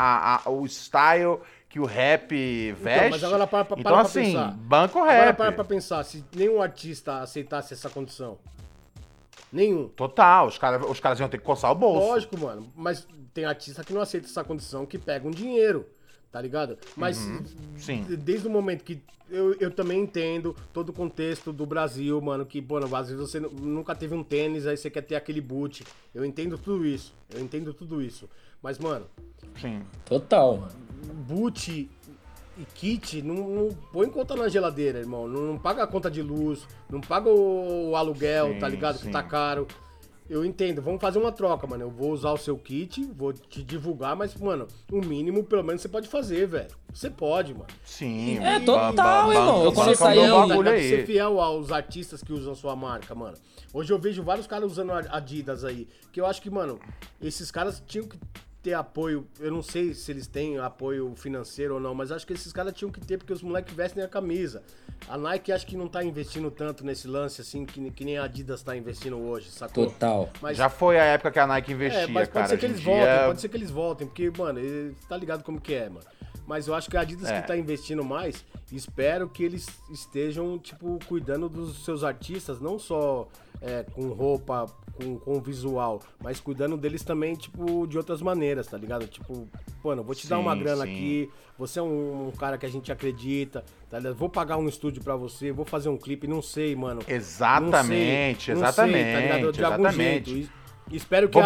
o style que o rap veste. Então, mas agora para então, assim, pensar. Banco o rap. Agora para pensar, se nenhum artista aceitasse essa condição. Nenhum. Total, os caras iam ter que coçar o bolso. Lógico, mano. Mas tem artista que não aceita essa condição, que pega um dinheiro, tá ligado? Mas sim. Desde o momento que eu também entendo todo o contexto do Brasil, mano, que, mano, às vezes você nunca teve um tênis, aí você quer ter aquele boot. Eu entendo tudo isso. Mas, mano... Sim. Total. Boot e kit não põe conta na geladeira, irmão. Não paga a conta de luz, não paga o aluguel, tá ligado? Que tá caro. Eu entendo, vamos fazer uma troca, mano. Eu vou usar o seu kit, vou te divulgar, mas, mano, o mínimo, pelo menos, você pode fazer, velho. Você pode, mano. Sim. Total, irmão. Eu quando eu saí... Ser fiel aos artistas que usam sua marca, mano. Hoje eu vejo vários caras usando Adidas aí, que eu acho que, mano, esses caras tinham que ter apoio, eu não sei se eles têm apoio financeiro ou não, mas acho que esses caras tinham que ter, porque os moleques vestem a camisa. A Nike acho que não tá investindo tanto nesse lance, assim, que nem a Adidas tá investindo hoje, sacou? Total. Mas já foi a época que a Nike investia, mas pode cara. Ser que eles voltem, pode ser que eles voltem, porque, mano, você tá ligado como que é, mano. Mas eu acho que a Adidas que tá investindo mais, espero que eles estejam, tipo, cuidando dos seus artistas, não só com roupa, com visual, mas cuidando deles também, tipo, de outras maneiras, tá ligado? Tipo, mano, vou te dar uma grana aqui, você é um cara que a gente acredita, tá ligado? Vou pagar um estúdio pra você, vou fazer um clipe, não sei, mano. Exatamente. Não sei, tá ligado? De algum jeito. Espero que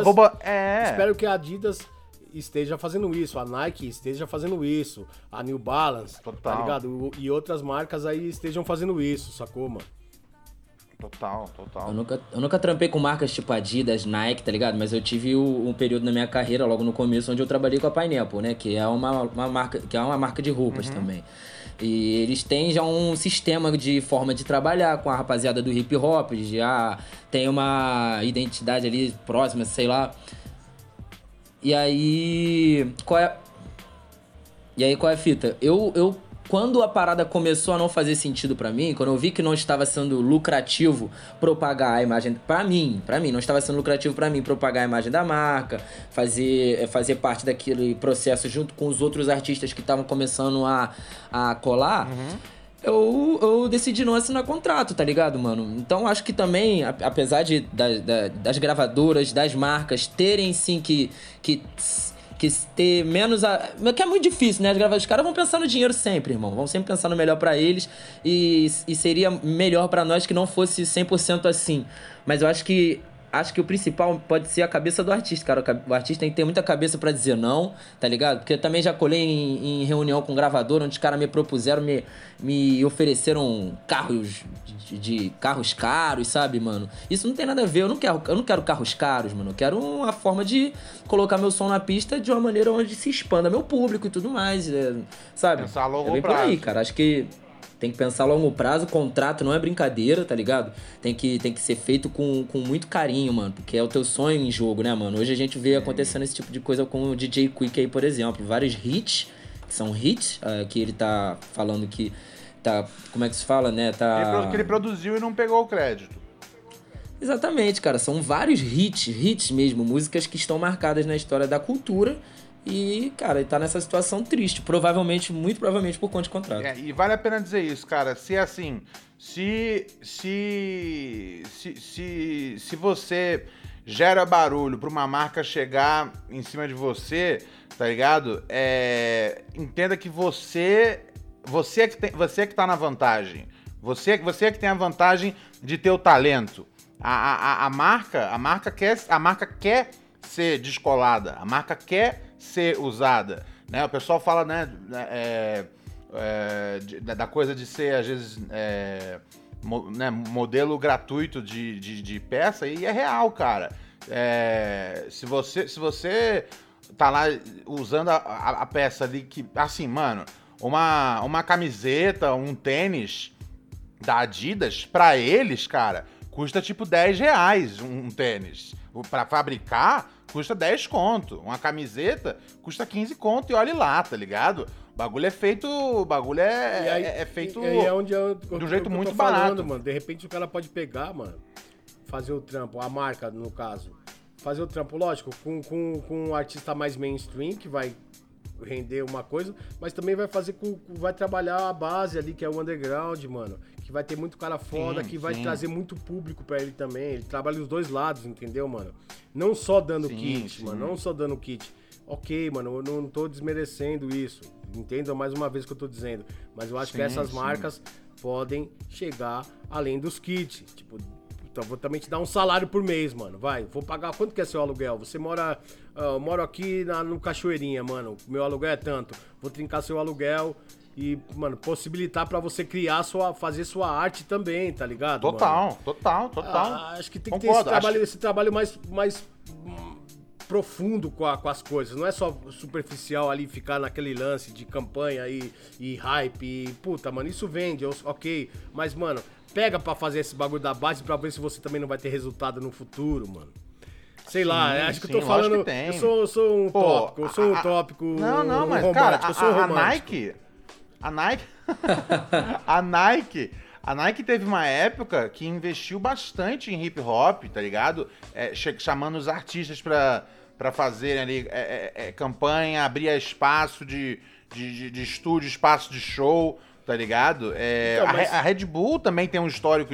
espero que a Adidas esteja fazendo isso, a Nike esteja fazendo isso, a New Balance, tá ligado? E outras marcas aí estejam fazendo isso, sacou, mano? Total. Eu nunca trampei com marcas tipo Adidas, Nike, tá ligado? Mas eu tive um período na minha carreira, logo no começo, onde eu trabalhei com a Pineapple, né? Que é uma marca de roupas também. E eles têm já um sistema de forma de trabalhar com a rapaziada do hip hop, já tem uma identidade ali próxima, sei lá. E aí, qual é a fita? Eu quando a parada começou a não fazer sentido pra mim, quando eu vi que não estava sendo lucrativo propagar a imagem pra mim, não estava sendo lucrativo pra mim propagar a imagem da marca, fazer parte daquele processo junto com os outros artistas que estavam começando a colar, eu decidi não assinar contrato, tá ligado, mano? Então acho que também, apesar das gravadoras, das marcas terem sim que ter menos... Que é muito difícil, né? Os caras vão pensar no dinheiro sempre, irmão. Vão sempre pensar no melhor pra eles. E seria melhor pra nós que não fosse 100% assim. Mas eu acho que o principal pode ser a cabeça do artista, cara. O artista tem que ter muita cabeça pra dizer não, tá ligado? Porque eu também já colei em reunião com gravador, onde os caras me propuseram, me ofereceram carros caros, sabe, mano? Isso não tem nada a ver. Eu não quero carros caros, mano. Eu quero uma forma de colocar meu som na pista de uma maneira onde se expanda meu público e tudo mais, sabe? Pensar a longo bem prazo. por aí, cara. Acho que tem que pensar a longo prazo, o contrato não é brincadeira, tá ligado? Tem que ser feito com muito carinho, mano, porque é o teu sonho em jogo, né, mano? Hoje a gente vê acontecendo esse tipo de coisa com o DJ Quick aí, por exemplo. Vários hits, que são hits, que ele tá falando que tá... Como é que se fala, né? Que ele produziu e não pegou o crédito. Exatamente, cara. São vários hits mesmo, músicas que estão marcadas na história da cultura. E, cara, ele tá nessa situação triste. Muito provavelmente por conta de contrato. E vale a pena dizer isso, cara. Se assim, se você gera barulho pra uma marca chegar em cima de você, tá ligado? Entenda que você é que tá na vantagem. Você é que tem a vantagem de ter o talento. A marca quer ser descolada. A marca quer ser usada, né? O pessoal fala, né, da coisa de ser, às vezes, modelo gratuito de peça, e é real, cara. Se você tá lá usando a peça ali, que, assim, mano, uma camiseta, um tênis da Adidas, pra eles, cara, custa tipo R$10 um tênis. Pra fabricar, custa 10 conto. Uma camiseta custa 15 conto e olhe lá, tá ligado? O bagulho é feito. O bagulho é feito e aí é onde de um jeito muito falando, barato. Mano. De repente o cara pode pegar, mano, fazer o trampo, a marca, no caso. Fazer o trampo, lógico, com um artista mais mainstream, que vai render uma coisa, mas também vai trabalhar a base ali, que é o underground, mano. Que vai ter muito cara foda, que vai trazer muito público pra ele também. Ele trabalha os dois lados, entendeu, mano? Não só dando kit, mano. Não só dando kit. Ok, mano, eu não tô desmerecendo isso. Entenda mais uma vez o que eu tô dizendo. Mas eu acho que essas marcas podem chegar além dos kits. Tipo, então vou também te dar um salário por mês, mano. Vai, vou pagar. Quanto que é seu aluguel? Você mora... eu moro aqui no Cachoeirinha, mano. Meu aluguel é tanto. Vou trincar seu aluguel... E, mano, possibilitar pra você fazer sua arte também, tá ligado? Total. Acho que tem que Concordo, ter esse trabalho mais profundo com as coisas. Não é só superficial ali, ficar naquele lance de campanha e hype. E, puta, mano, isso vende, ok. Mas, mano, pega pra fazer esse bagulho da base pra ver se você também não vai ter resultado no futuro, mano. Sei lá, acho que eu tô falando... Eu sou um tópico, eu sou um tópico Não, mas, romântico, cara, eu sou romântico. A Nike teve uma época que investiu bastante em hip hop, tá ligado? Chamando os artistas pra fazerem ali campanha, abrir espaço de estúdio, espaço de show, tá ligado? A Red Bull também tem um histórico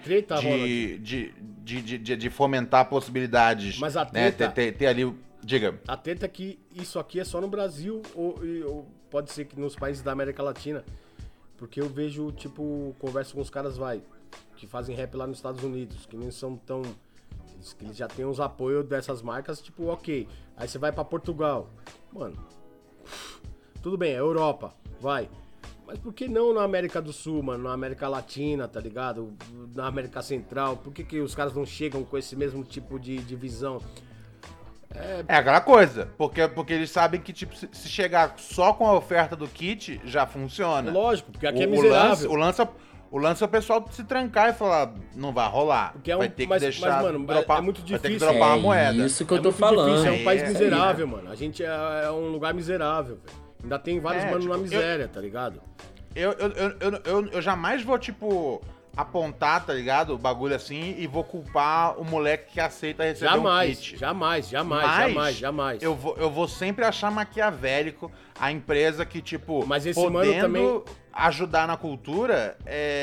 de fomentar possibilidades. Mas a treta... Né? Ter ali... Diga. A treta é que isso aqui é só no Brasil ou pode ser que nos países da América Latina. Porque eu vejo, tipo, converso com os caras, que fazem rap lá nos Estados Unidos, que nem são tão... que eles já têm uns apoios dessas marcas, tipo, ok. Aí você vai pra Portugal. Mano, tudo bem, é Europa, vai. Mas por que não na América do Sul, mano? Na América Latina, tá ligado? Na América Central. Por que os caras não chegam com esse mesmo tipo de visão? É aquela coisa, porque eles sabem que, tipo, se chegar só com a oferta do kit, já funciona. Lógico, porque aqui é miserável. O lance é o pessoal se trancar e falar, não vai rolar. Porque vai ter que deixar mano, dropar, é muito difícil. Vai ter que dropar uma moeda. Isso que eu tô falando. Difícil, é um país miserável, mano. A gente é um lugar miserável, velho. Ainda tem vários manos na miséria, tá ligado? eu jamais vou, tipo, apontar, tá ligado? O bagulho assim e vou culpar o moleque que aceita receber um kit. Jamais. Eu vou sempre achar maquiavélico a empresa que, tipo, mas esse podendo mano também... ajudar na cultura,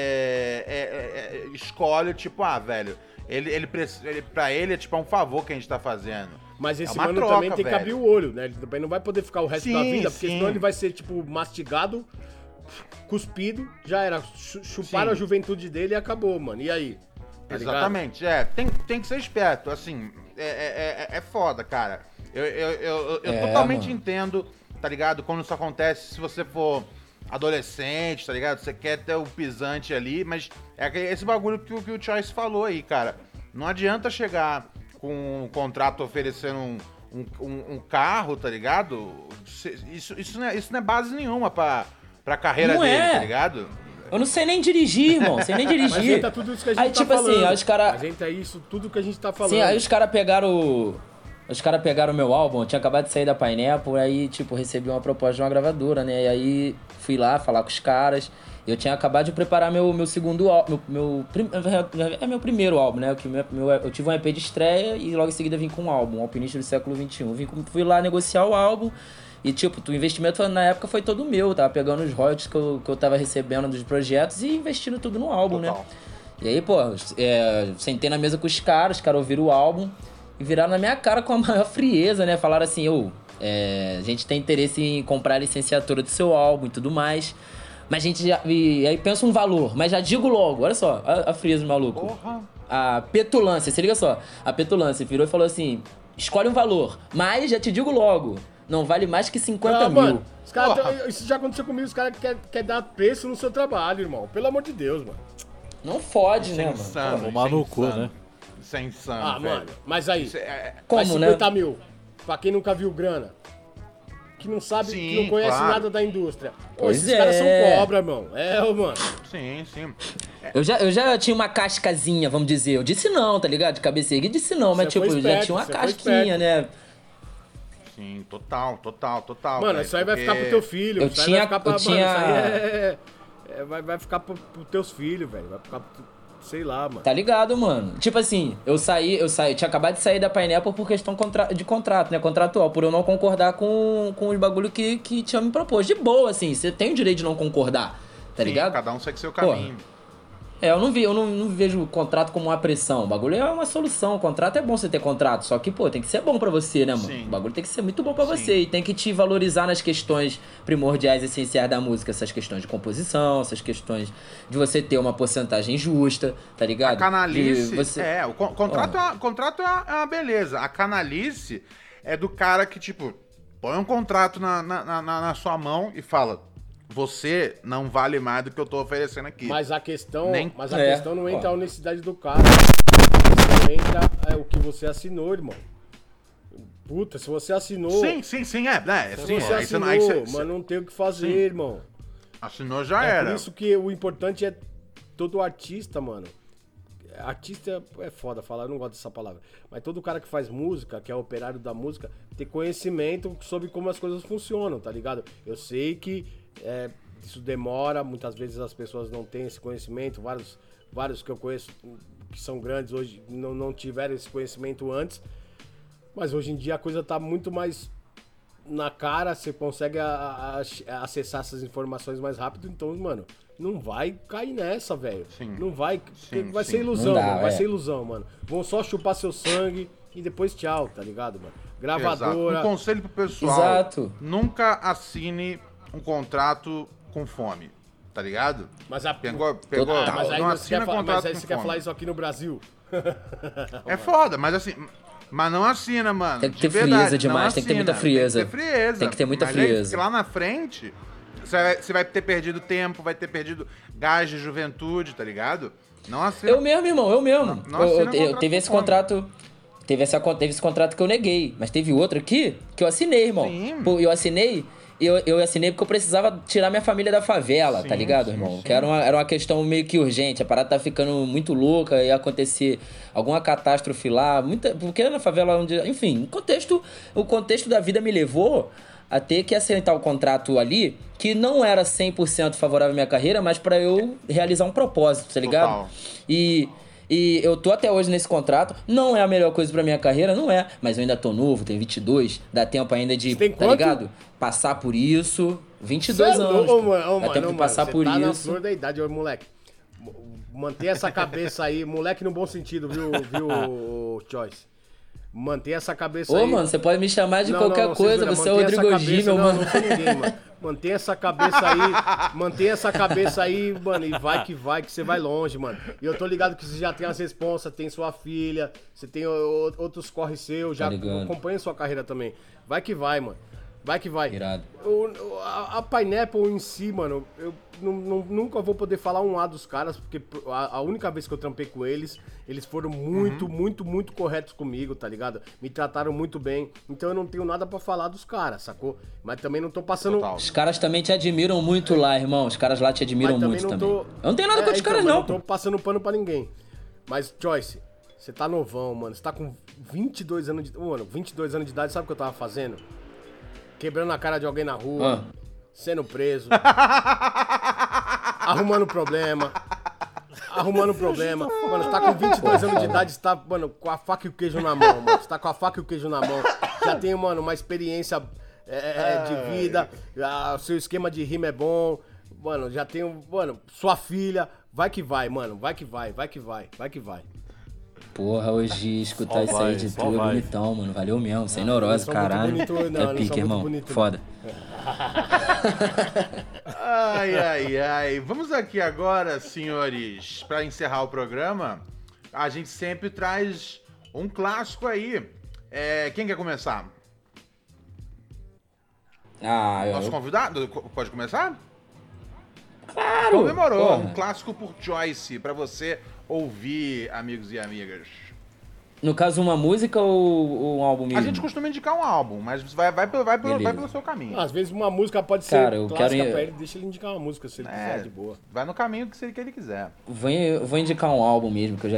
escolhe, tipo, velho, pra ele é tipo um favor que a gente tá fazendo. Mas esse uma mano troca, também tem que velho. abrir o olho, né? Ele também não vai poder ficar o resto da vida, porque sim. senão ele vai ser, tipo, mastigado, cuspido, já era. Chuparam Sim. a juventude dele e acabou, mano. E aí? Tá Exatamente, tem que ser esperto, assim, é foda, cara. Eu totalmente mano. entendo, tá ligado? Quando isso acontece, se você for adolescente, tá ligado? Você quer ter o pisante ali, mas é esse bagulho que o Choice falou aí, cara. Não adianta chegar com um contrato oferecendo um carro, tá ligado? Isso não é base nenhuma pra carreira Não dele, é. tá ligado? Eu não sei nem dirigir, irmão. Sei nem dirigir. Mas entra tudo isso que a gente aí, tá tipo falando. assim, aí os caras. Mas entra isso, tudo que a gente tá falando. Sim, aí os caras pegaram. Os caras pegaram o meu álbum, eu tinha acabado de sair da Pineapple, aí, tipo, recebi uma proposta de uma gravadora, né? E aí fui lá falar com os caras. Eu tinha acabado de preparar meu segundo álbum. É meu primeiro álbum, né? Eu tive um EP de estreia e logo em seguida vim com um álbum, Alpinista do Século XXI. Fui lá negociar o álbum. E, tipo, o investimento na época foi todo meu. Eu tava pegando os royalties que eu tava recebendo dos projetos e investindo tudo no álbum, Total. né? E aí, pô, sentei na mesa com os caras ouviram o álbum e viraram na minha cara com a maior frieza, né? Falaram assim, a gente tem interesse em comprar a licenciatura do seu álbum e tudo mais. Mas a gente já... E aí pensa um valor, mas já digo logo, olha só, a frieza do maluco. Porra. A petulância, se liga só. A petulância virou e falou assim, escolhe um valor, mas já te digo logo... Não vale mais que 50 mil. Mano, os caras, isso já aconteceu comigo, os caras querem dar preço no seu trabalho, irmão. Pelo amor de Deus, mano. Não fode, Isso né, é mano? insano. Tomar no cu, insano. né? Isso é insano, velho. Mano, mas aí, Isso Como, mas né? 50 mil, pra quem nunca viu grana, que não sabe, Sim, que não conhece claro. nada da indústria. Pois Esses caras são é. cobra, irmão. Mano. Sim. Eu já tinha uma cascazinha, vamos dizer. Eu disse não, tá ligado? De cabeça erguida, disse não. Mas, Você tipo, foi eu já esperto, tinha uma você foi casquinha, esperto. né? Sim, total. Mano, velho, isso aí vai porque- ficar pro teu filho. Eu isso aí tinha- vai ficar pra... eu tinha- Mano, isso aí vai ficar pros teus filhos, velho. Vai ficar pro... Sei lá, mano. Tá ligado, mano? Tipo assim, eu tinha acabado de sair da Pineapple por questão de contrato, né? Contratual, por eu não concordar com os bagulho que tinha me proposto. De boa, assim, você tem o direito de não concordar, tá Sim, ligado? cada um segue seu caminho. Eu não vejo o contrato como uma pressão. O bagulho é uma solução. O contrato é bom você ter contrato. Só que, pô, tem que ser bom pra você, né, mano? Sim. O bagulho tem que ser muito bom pra você. E tem que te valorizar nas questões primordiais, essenciais da música. Essas questões de composição, essas questões de você ter uma porcentagem justa, tá ligado? A canalice, De você... o contrato é uma beleza. A canalice é do cara que, tipo, põe um contrato na sua mão e fala, você não vale mais do que eu tô oferecendo aqui. Mas a questão, Nem- questão não entra a honestidade do cara. A questão entra o que você assinou, irmão. Puta, se você assinou... Sim, Se sim, você aí assinou, aí cê- mas não tem o que fazer, Sim. irmão. assinou já É era. por isso que o importante é todo artista, mano. Artista é foda falar, eu não gosto dessa palavra. Mas todo cara que faz música, que é operário da música, ter conhecimento sobre como as coisas funcionam, tá ligado? Eu sei que isso demora, muitas vezes as pessoas não têm esse conhecimento. Vários que eu conheço que são grandes hoje não tiveram esse conhecimento antes. Mas hoje em dia a coisa tá muito mais na cara, você consegue acessar essas informações mais rápido, então, mano, não vai cair nessa, velho. Sim. Não vai. Sim, vai sim. ser ilusão, Não dá, mano. Vai é. ser ilusão, mano. Vão só chupar seu sangue e depois tchau, tá ligado, mano? Exato. Gravadora. Um conselho pro pessoal. Exato. Nunca assine um contrato com fome, tá ligado? Mas a. Pegou, Total. Mas aí não você assina quer, contrato mas aí com você quer fome. falar isso aqui no Brasil? É foda, mas assim... Mas não assina, mano. Tem que de ter verdade, frieza não demais, tem que ter muita assina. frieza. Tem que ter frieza. Tem que ter muita Mas aí, frieza. lá na frente, você vai ter perdido tempo, vai ter perdido gás de juventude, tá ligado? Não assina. Eu mesmo, irmão, eu mesmo. Não assina contrato Teve esse com fome. contrato. Teve esse contrato que eu neguei, mas teve outro aqui que eu assinei, irmão. Sim. Pô, eu assinei porque eu precisava tirar minha família da favela, Sim, tá ligado, sim, irmão? sim. Que era uma questão meio que urgente. A parada tá ficando muito louca, ia acontecer alguma catástrofe lá, porque na favela onde. Enfim, o contexto da vida me levou a ter que aceitar o contrato ali, que não era 100% favorável à minha carreira, mas pra eu realizar um propósito, tá ligado? Total. E eu tô até hoje nesse contrato, não é a melhor coisa pra minha carreira, não é, mas eu ainda tô novo, tenho 22, dá tempo ainda de, Você tem tá quanto? ligado? Passar por isso, 22 Cê é anos, louco, pô. mano. Dá tempo de passar por tá na isso. flor da idade, ô, moleque. Manter essa cabeça aí, moleque no bom sentido, viu, Choice? Manter essa cabeça aí. Ô, mano, você pode me chamar de Não, qualquer não, coisa, segura, você é o mantém essa Rodrigo G, cabeça- meu não, mano. Não sou ninguém, mano. Mantém essa cabeça aí, mano, e vai, que você vai longe, mano. E eu tô ligado que você já tem as responsas, tem sua filha, você tem outros corre seu, já Tá ligado. acompanha sua carreira também. Vai que vai, mano. Vai que vai. Irado. A Pineapple em si, mano, eu nunca vou poder falar um A dos caras, porque a única vez que eu trampei com eles foram muito corretos comigo, tá ligado? Me trataram muito bem, então eu não tenho nada pra falar dos caras, sacou? Mas também não tô passando... Total. Os caras também te admiram muito lá, irmão. Os caras lá te admiram Mas muito também. tô- Eu não tenho nada contra os então, caras, mas não, não tô pô. passando pano pra ninguém. Mas, Joyce, você tá novão, mano. Você tá com 22 anos de... Mano, 22 anos de idade, sabe o que eu tava fazendo? Quebrando a cara de alguém na rua, sendo preso, arrumando problema. Mano, você tá com 22 anos de idade, você tá, mano, com a faca e o queijo na mão, mano. Você tá com a faca e o queijo na mão. Já tem, mano, uma experiência de vida, o seu esquema de rima é bom. Mano, já tem, mano, sua filha. Vai que vai, mano. Vai que vai. Porra, hoje escutar Só isso vai, aí de só tu é vai. bonitão, mano. Valeu mesmo, sem neurose, não sou muito caralho. bonito, não, É não pique, sou muito irmão. bonito, não. Foda. Ai. Vamos aqui agora, senhores, pra encerrar o programa. A gente sempre traz um clássico aí. Quem quer começar? Nosso convidado? Pode começar? Claro! Então demorou. Porra. Um clássico por Choice, pra você ouvir, amigos e amigas. No caso, uma música ou um álbum mesmo? A gente costuma indicar um álbum, mas vai pelo seu caminho. Às vezes uma música pode ser Cara, eu clássica quero- pra ele, deixa ele indicar uma música se ele quiser, de boa. Vai no caminho que ele quiser. Vou indicar um álbum mesmo, que eu já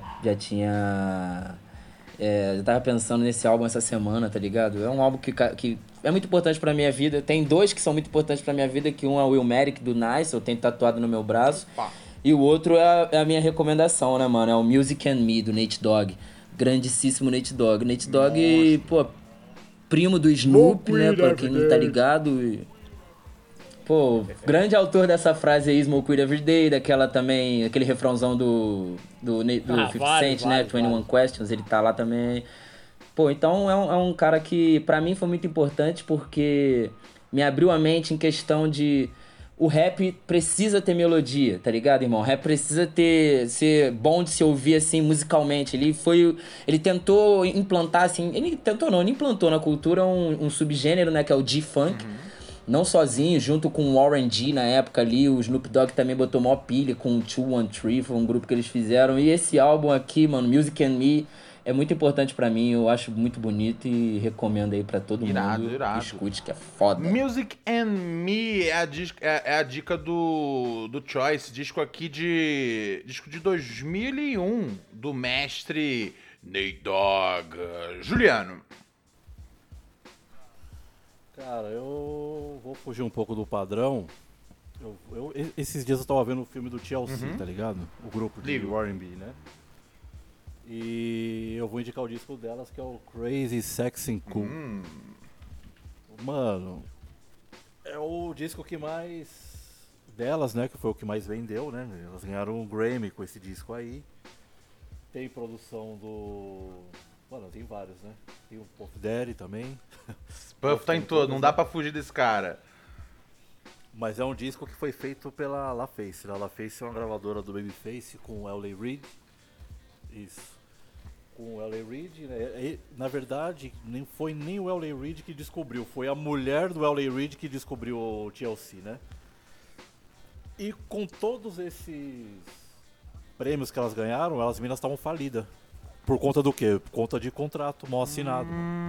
tava pensando nesse álbum essa semana, tá ligado? É um álbum que é muito importante pra minha vida. Tem dois que são muito importantes pra minha vida, que um é o Willmatic, do Nice, eu tenho tatuado no meu braço. Pá. E o outro é a minha recomendação, né, mano? É o Music and Me, do Nate Dogg. Grandíssimo Nate Dogg. Nate Dogg, pô, primo do Snoop, né? Pra quem não tá ligado. Pô, grande autor dessa frase aí, Smoke Weed Every Day, daquela também, aquele refrãozão do 50 Cent, né? 21 Questions, ele tá lá também. Pô, então é um cara que pra mim foi muito importante porque me abriu a mente em questão de... O rap precisa ter melodia, tá ligado, irmão? O rap precisa ser bom de se ouvir, assim, musicalmente. Ele tentou implantar, assim... Ele implantou na cultura um subgênero, né? Que é o G-Funk. Não sozinho, junto com o Warren G na época ali. O Snoop Dogg também botou mó pilha com o 213, foi um grupo que eles fizeram. E esse álbum aqui, mano, Music and Me, é muito importante pra mim. Eu acho muito bonito e recomendo aí pra todo Irado, mundo. irado. Escute, que é foda. Music and Me é a dica do Choice, disco de 2001, do mestre Nate Dogg. Juliano. Cara, eu vou fugir um pouco do padrão. Esses dias eu tava vendo o filme do TLC, tá ligado? O grupo de Ligo. R&B, né? E eu vou indicar o disco delas, que é o Crazy Sexy and Cool. Mano, é o disco que mais... delas, né? Que foi o que mais vendeu, né? Elas ganharam um Grammy com esse disco aí. Tem produção do... Mano, tem vários, né? Tem o Puff Daddy também. Puff tá em todo, não dá pra fugir desse cara. Mas é um disco que foi feito pela LaFace. A LaFace é uma gravadora do Babyface com o L.A. Reid. Isso. Com o L.A. Reid, né? E, na verdade, nem foi nem o L.A. Reid que descobriu. Foi a mulher do L.A. Reid que descobriu o TLC, né? E com todos esses prêmios que elas ganharam, as minas estavam falidas. Por conta do quê? Por conta de contrato mal assinado.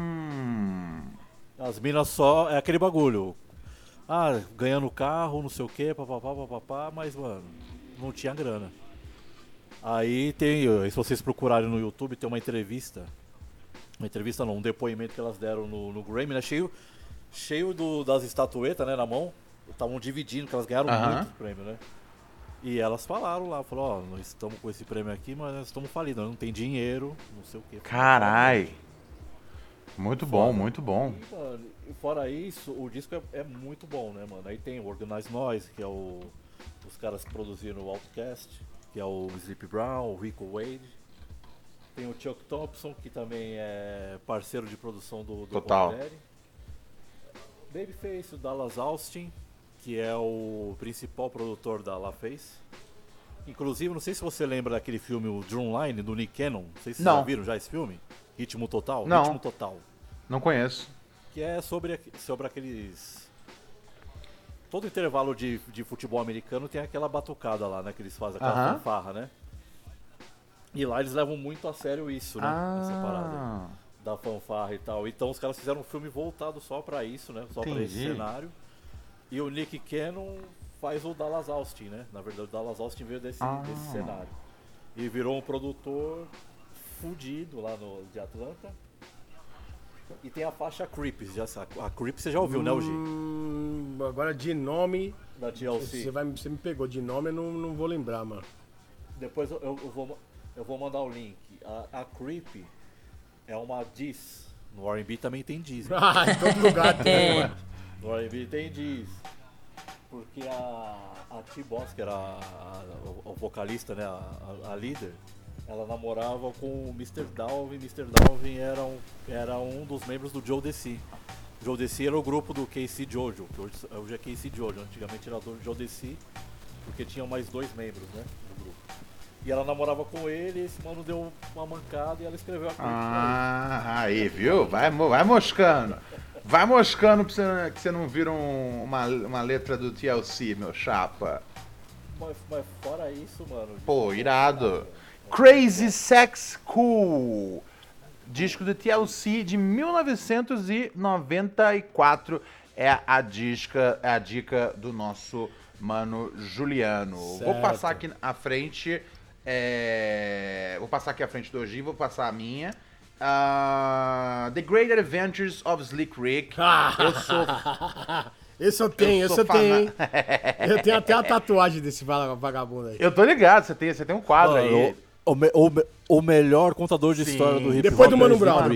As minas só... É aquele bagulho. Ah, ganhando carro, não sei o quê, papapá, mas, mano, não tinha grana. Aí tem... Se vocês procurarem no YouTube, tem uma entrevista. Uma entrevista não, um depoimento que elas deram no Grammy, né? Cheio cheio das estatuetas, né, na mão. Estavam dividindo, que elas ganharam muito prêmio, né? E elas falaram lá, ó, nós estamos com esse prêmio aqui, mas nós estamos falidos, não tem dinheiro, não sei o quê. Carai! Muito bom, muito bom. E, mano, fora isso, o disco é muito bom, né, mano? Aí tem o Organized Noise, que é os caras que produziram o Outkast, que é o Sleepy Brown, o Rico Wade. Tem o Chuck Thompson, que também é parceiro de produção do Total. Bob Daddy. Babyface, o Dallas Austin, que é o principal produtor da LaFace. Inclusive, não sei se você lembra daquele filme, o Drumline, do Nick Cannon. Não sei se vocês já viram já esse filme. Ritmo Total? Não. Ritmo Total. Não conheço. Que é sobre aqueles... Todo intervalo de futebol americano tem aquela batucada lá, né? Que eles fazem aquela fanfarra, né? E lá eles levam muito a sério isso, né? Essa parada da fanfarra e tal. Então os caras fizeram um filme voltado só pra isso, né? Só pra esse cenário. E o Nick Cannon faz o Dallas Austin, né? Na verdade, o Dallas Austin veio desse cenário. E virou um produtor fudido lá de Atlanta. E tem a faixa Creeps. A Creeps você já ouviu, né, G? Agora de nome... Da TLC. Você me pegou de nome, eu não vou lembrar, mano. Depois eu vou mandar o link. A Creep é uma diss. No R&B também tem diss. Em todo lugar tem, mano. No R&B tem diss. Porque a T-Boss, que era o vocalista, né, a líder, ela namorava com o Mr. Dalvin. Mr. Dalvin era um dos membros do Joe Desi. Joe Desi era o grupo do Casey Jojo, que hoje é Casey Jojo. Antigamente era do Joe Desi, porque tinha mais 2 membros, né, do grupo. E ela namorava com ele, esse mano deu uma mancada e ela escreveu a coisa. Aí, viu? Vai moscando. Vai moscando pra que você não vira uma letra do TLC, meu chapa. Mas fora isso, mano... Pô, irado. Crazy Sex Cool. Disco do TLC de 1994. É a dica do nosso mano Juliano. Certo. Vou passar aqui à frente. Vou passar aqui à frente do Ogi, vou passar a minha. The Great Adventures of Slick Rick. Eu sou... Esse eu tenho, hein? Eu tenho até a tatuagem desse vagabundo aí. Eu tô ligado, você tem um quadro aí. O melhor contador de história do hip hop. Depois do Mano Brown,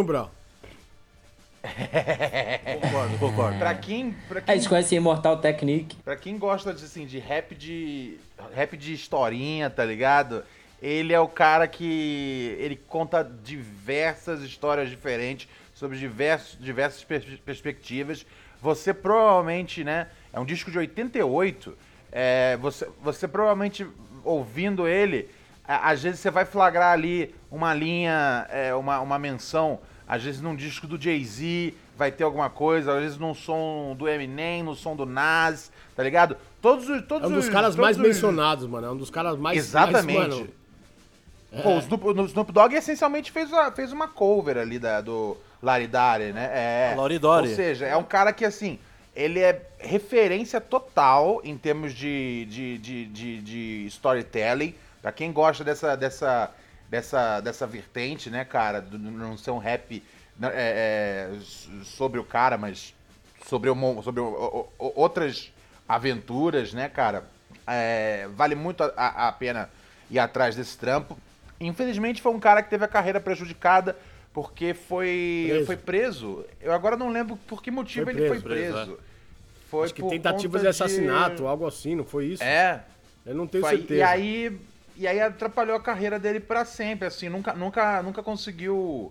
Concordo. Pra quem A gente conhece Immortal Technique. Pra quem gosta de rap de historinha, tá ligado? Ele é o cara que ele conta diversas histórias diferentes sobre diversas perspectivas. Você provavelmente, né? É um disco de 88. Você provavelmente ouvindo ele, às vezes você vai flagrar ali uma linha, uma menção. Às vezes num disco do Jay-Z vai ter alguma coisa, às vezes num som do Eminem, no som do Nas, tá ligado? É um dos caras mais mencionados, mano. É um dos caras mais... Exatamente. Pô, o Snoop Dogg essencialmente fez uma cover ali do Larry Dory, né? Larry Dory. Ou seja, é um cara que, assim, ele é referência total em termos de storytelling. Pra quem gosta dessa vertente, né, cara? De não ser um rap sobre o cara, mas sobre outras aventuras, né, cara? Vale muito a pena ir atrás desse trampo. Infelizmente foi um cara que teve a carreira prejudicada porque foi preso. Eu agora não lembro por que motivo ele foi preso. Foi acho que tentativa de assassinato, algo assim, não foi isso? Eu não tenho certeza. E aí atrapalhou a carreira dele pra sempre, assim, nunca conseguiu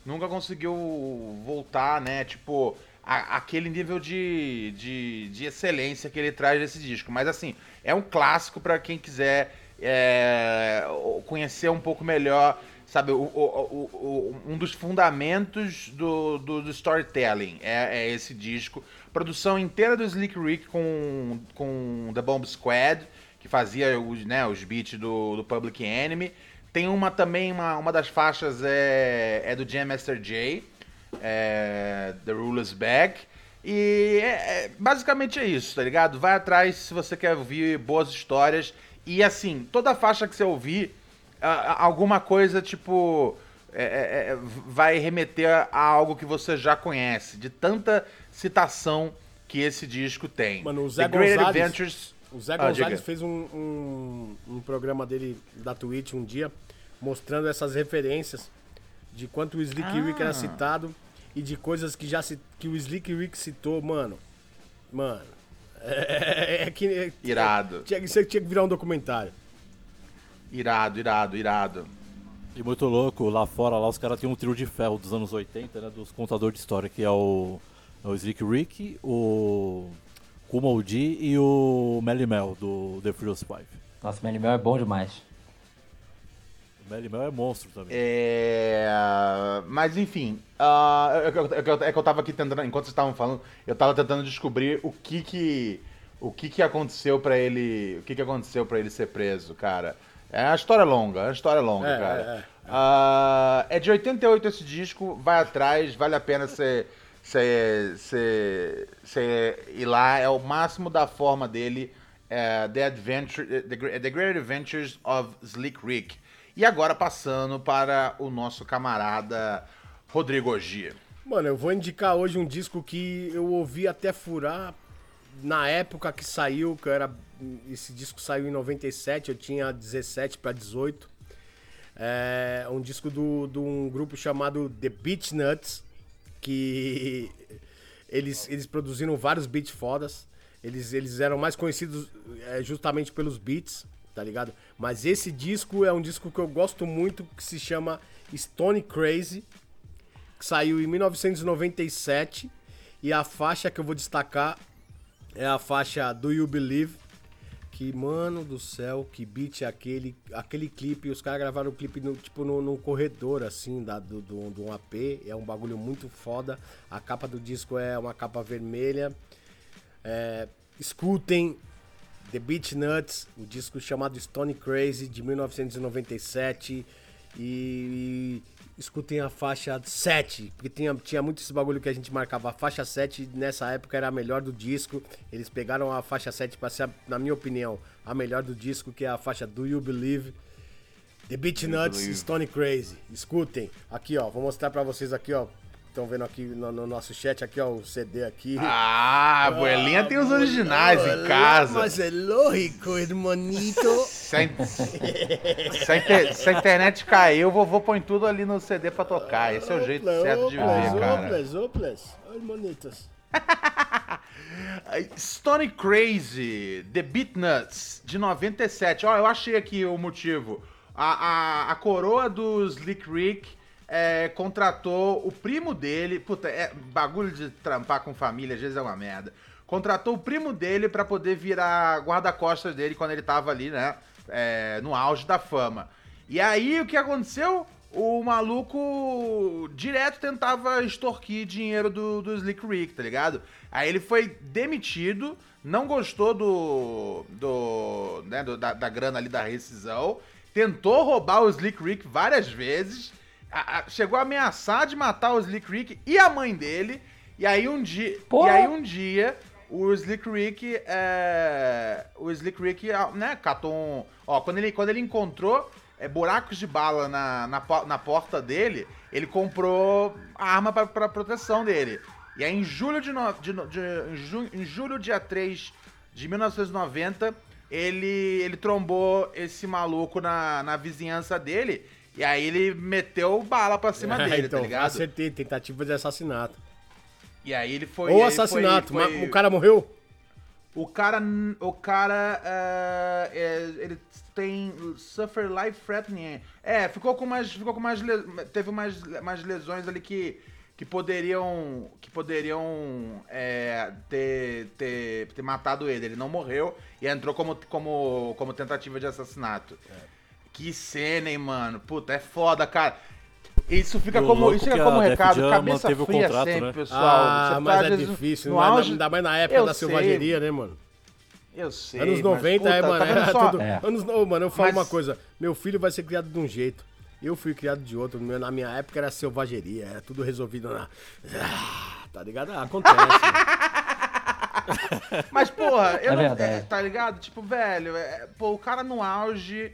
voltar, né, tipo, aquele nível de excelência que ele traz desse disco. Mas, assim, é um clássico pra quem quiser conhecer um pouco melhor, sabe, um dos fundamentos do storytelling é esse disco. Produção inteira do Slick Rick com The Bomb Squad, que fazia os beats do Public Enemy. Tem também uma das faixas do Jam Master Jay, The Ruler's Back. E basicamente é isso, tá ligado? Vai atrás se você quer ouvir boas histórias. E assim, toda faixa que você ouvir, alguma coisa tipo vai remeter a algo que você já conhece. De tanta citação que esse disco tem. Mano, o Zé The Great Gonzalez, Adventures... o Zé diga. Gonzalez fez um programa dele da Twitch um dia, mostrando essas referências de quanto o Slick Rick era citado e de coisas que o Slick Rick citou, mano. Mano, Irado. Tinha que virar um documentário. Irado. E muito louco, lá fora, lá os caras têm um trio de ferro dos anos 80, né? Dos contadores de história, que é o Slick Rick, o Kumo D e o Melly Mel, do The Furious Five. Nossa, Melly Mel é bom demais. O Melly Mel é monstro também. Mas enfim, é que eu tava aqui tentando, enquanto vocês estavam falando, eu tava tentando descobrir o que aconteceu pra ele, ser preso, cara. É uma história longa, cara. É de 88 esse disco, vai atrás, vale a pena você ir lá, é o máximo da forma dele, The Great Adventures of Slick Rick. E agora passando para o nosso camarada Rodrigo Gia. Mano, eu vou indicar hoje um disco que eu ouvi até furar na época que saiu, esse disco saiu em 97, eu tinha 17 para 18. É um disco de um grupo chamado The Beatnuts, que eles produziram vários beats fodas. Eles eram mais conhecidos justamente pelos beats, tá ligado? Mas esse disco é um disco que eu gosto muito, que se chama Stone Crazy, que saiu em 1997, e a faixa que eu vou destacar é a faixa Do You Believe, que, mano do céu, que beat é aquele clipe, os caras gravaram o clipe num corredor, assim, de um AP, é um bagulho muito foda, a capa do disco é uma capa vermelha, escutem The Beatnuts, o disco chamado Stone Crazy, de 1997, e escutem a faixa 7, porque tinha muito esse bagulho que a gente marcava. A faixa 7 nessa época era a melhor do disco. Eles pegaram a faixa 7 para ser, na minha opinião, a melhor do disco, que é a faixa Do You Believe. The Beatnuts, Stone Crazy. Escutem. Aqui, ó, vou mostrar para vocês aqui, ó. Estão vendo aqui no nosso chat, aqui, ó, o CD aqui. A Abuelinha tem os originais em casa. Mas é lógico, hermanito. Se a internet cair, o vovô põe tudo ali no CD pra tocar. Esse é o jeito certo de ver, cara. Oplas, hermanitas. Stone Crazy, The Beatnuts, de 97. Ó, eu achei aqui o motivo. A coroa do Slick Rick contratou o primo dele. Puta, bagulho de trampar com família, às vezes é uma merda. Contratou o primo dele pra poder virar guarda-costas dele quando ele tava ali, né? No auge da fama. E aí, o que aconteceu? O maluco direto tentava extorquir dinheiro do Slick Rick, tá ligado? Aí ele foi demitido, não gostou da grana ali da rescisão, tentou roubar o Slick Rick várias vezes, chegou a ameaçar de matar o Slick Rick e a mãe dele, e aí um dia o Slick Rick, né, catou um... Ó, quando ele encontrou buracos de bala na porta dele, ele comprou a arma pra proteção dele. E aí, em julho dia 3 de 1990, ele trombou esse maluco na vizinhança dele, e aí ele meteu bala pra cima dele, então, tá ligado? Acertei, tentativa de assassinato. E aí ele foi... Ou assassinato, mas o cara morreu? O cara ele tem suffer life threatening. Teve umas lesões ali que poderiam ter matado ele. Ele não morreu e entrou como tentativa de assassinato. Que cena, hein, mano? Puta, é foda, cara. Isso fica como recado, cabeça fria contrato, sempre, né? pessoal. Mas é difícil, ainda mais na época da selvageria, né, mano? Eu sei. Anos 90, mas, puta, mano, tá era só... tudo... Mano, eu falo uma coisa, meu filho vai ser criado de um jeito, eu fui criado de outro, na minha época era selvageria, era tudo resolvido na... Tá ligado? Acontece. Mas, porra, eu não... verdade. Tá ligado? Tipo, velho, o cara no auge...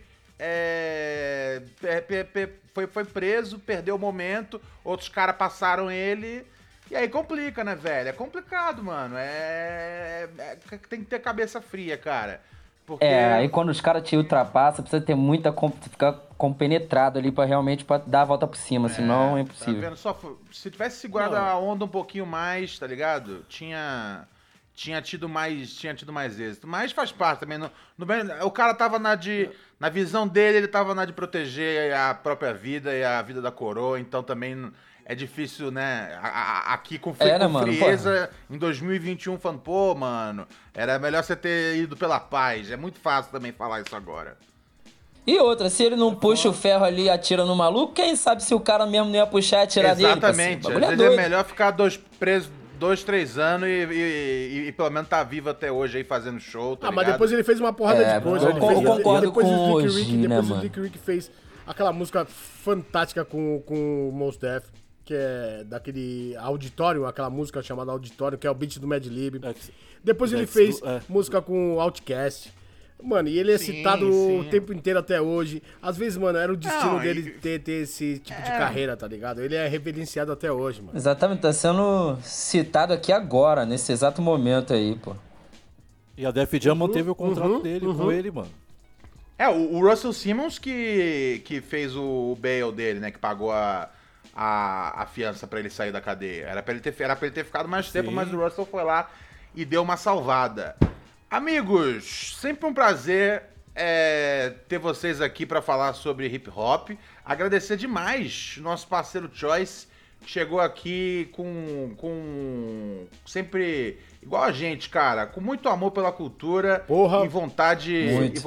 foi preso, perdeu o momento, outros caras passaram ele, E aí complica, né, velho? É complicado, mano. Tem que ter cabeça fria, cara. Porque... aí quando os caras te ultrapassam, precisa ter ficar compenetrado ali pra realmente dar a volta por cima, senão é impossível. Tá vendo? Se tivesse segurado a onda um pouquinho mais, tá ligado? Tinha tido mais êxito. Mas faz parte também. O cara tava na visão dele, ele tava na de proteger a própria vida e a vida da coroa, então também é difícil, né? Aqui com frieza, em 2021, falando, pô, mano, era melhor você ter ido pela paz. É muito fácil também falar isso agora. E outra, se ele não puxa o ferro ali e atira no maluco, quem sabe se o cara mesmo não ia puxar e atirar nele? Exatamente. Às vezes é melhor ficar preso 2-3 anos e pelo menos tá vivo até hoje aí fazendo show, tá ligado? Mas depois ele fez uma porrada de coisa. Eu concordo com o Oji, né, depois mano? o Slick Rick fez aquela música fantástica com o Mos Def, que é daquele Auditorium, aquela música chamada Auditorium, que é o beat do Mad Lib. Depois ele fez música com o Outkast. Mano, e ele é citado o tempo inteiro até hoje. Às vezes, mano, era o destino dele ter esse tipo de carreira, tá ligado? Ele é reverenciado até hoje, mano. Exatamente, tá sendo citado aqui agora, nesse exato momento aí, pô. E a Def Jam manteve o contrato dele com ele, mano. O Russell Simmons que fez o bail dele, né? Que pagou a fiança pra ele sair da cadeia. Era pra ele ter ficado mais tempo, mas o Russell foi lá e deu uma salvada. Amigos, sempre um prazer ter vocês aqui pra falar sobre hip hop. Agradecer demais nosso parceiro Choice, que chegou aqui com sempre igual a gente, cara, com muito amor pela cultura e vontade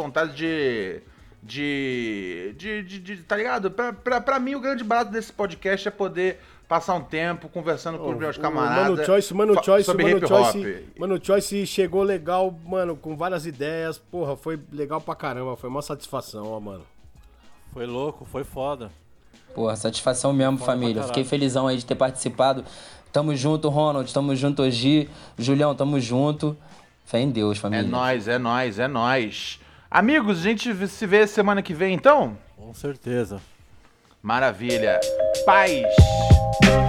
de tá ligado? Pra mim, o grande barato desse podcast é poder passar um tempo conversando com os meus camaradas sobre hip hop. Mano, Choice chegou legal, mano, com várias ideias. Porra, foi legal pra caramba. Foi uma satisfação, ó, mano. Foi louco, foi foda. Porra, satisfação mesmo, família. Fiquei felizão aí de ter participado. Tamo junto, Ronald. Tamo junto, Oji. Julião, tamo junto. Fé em Deus, família. É nóis. Amigos, a gente se vê semana que vem, então? Com certeza. Maravilha. Paz.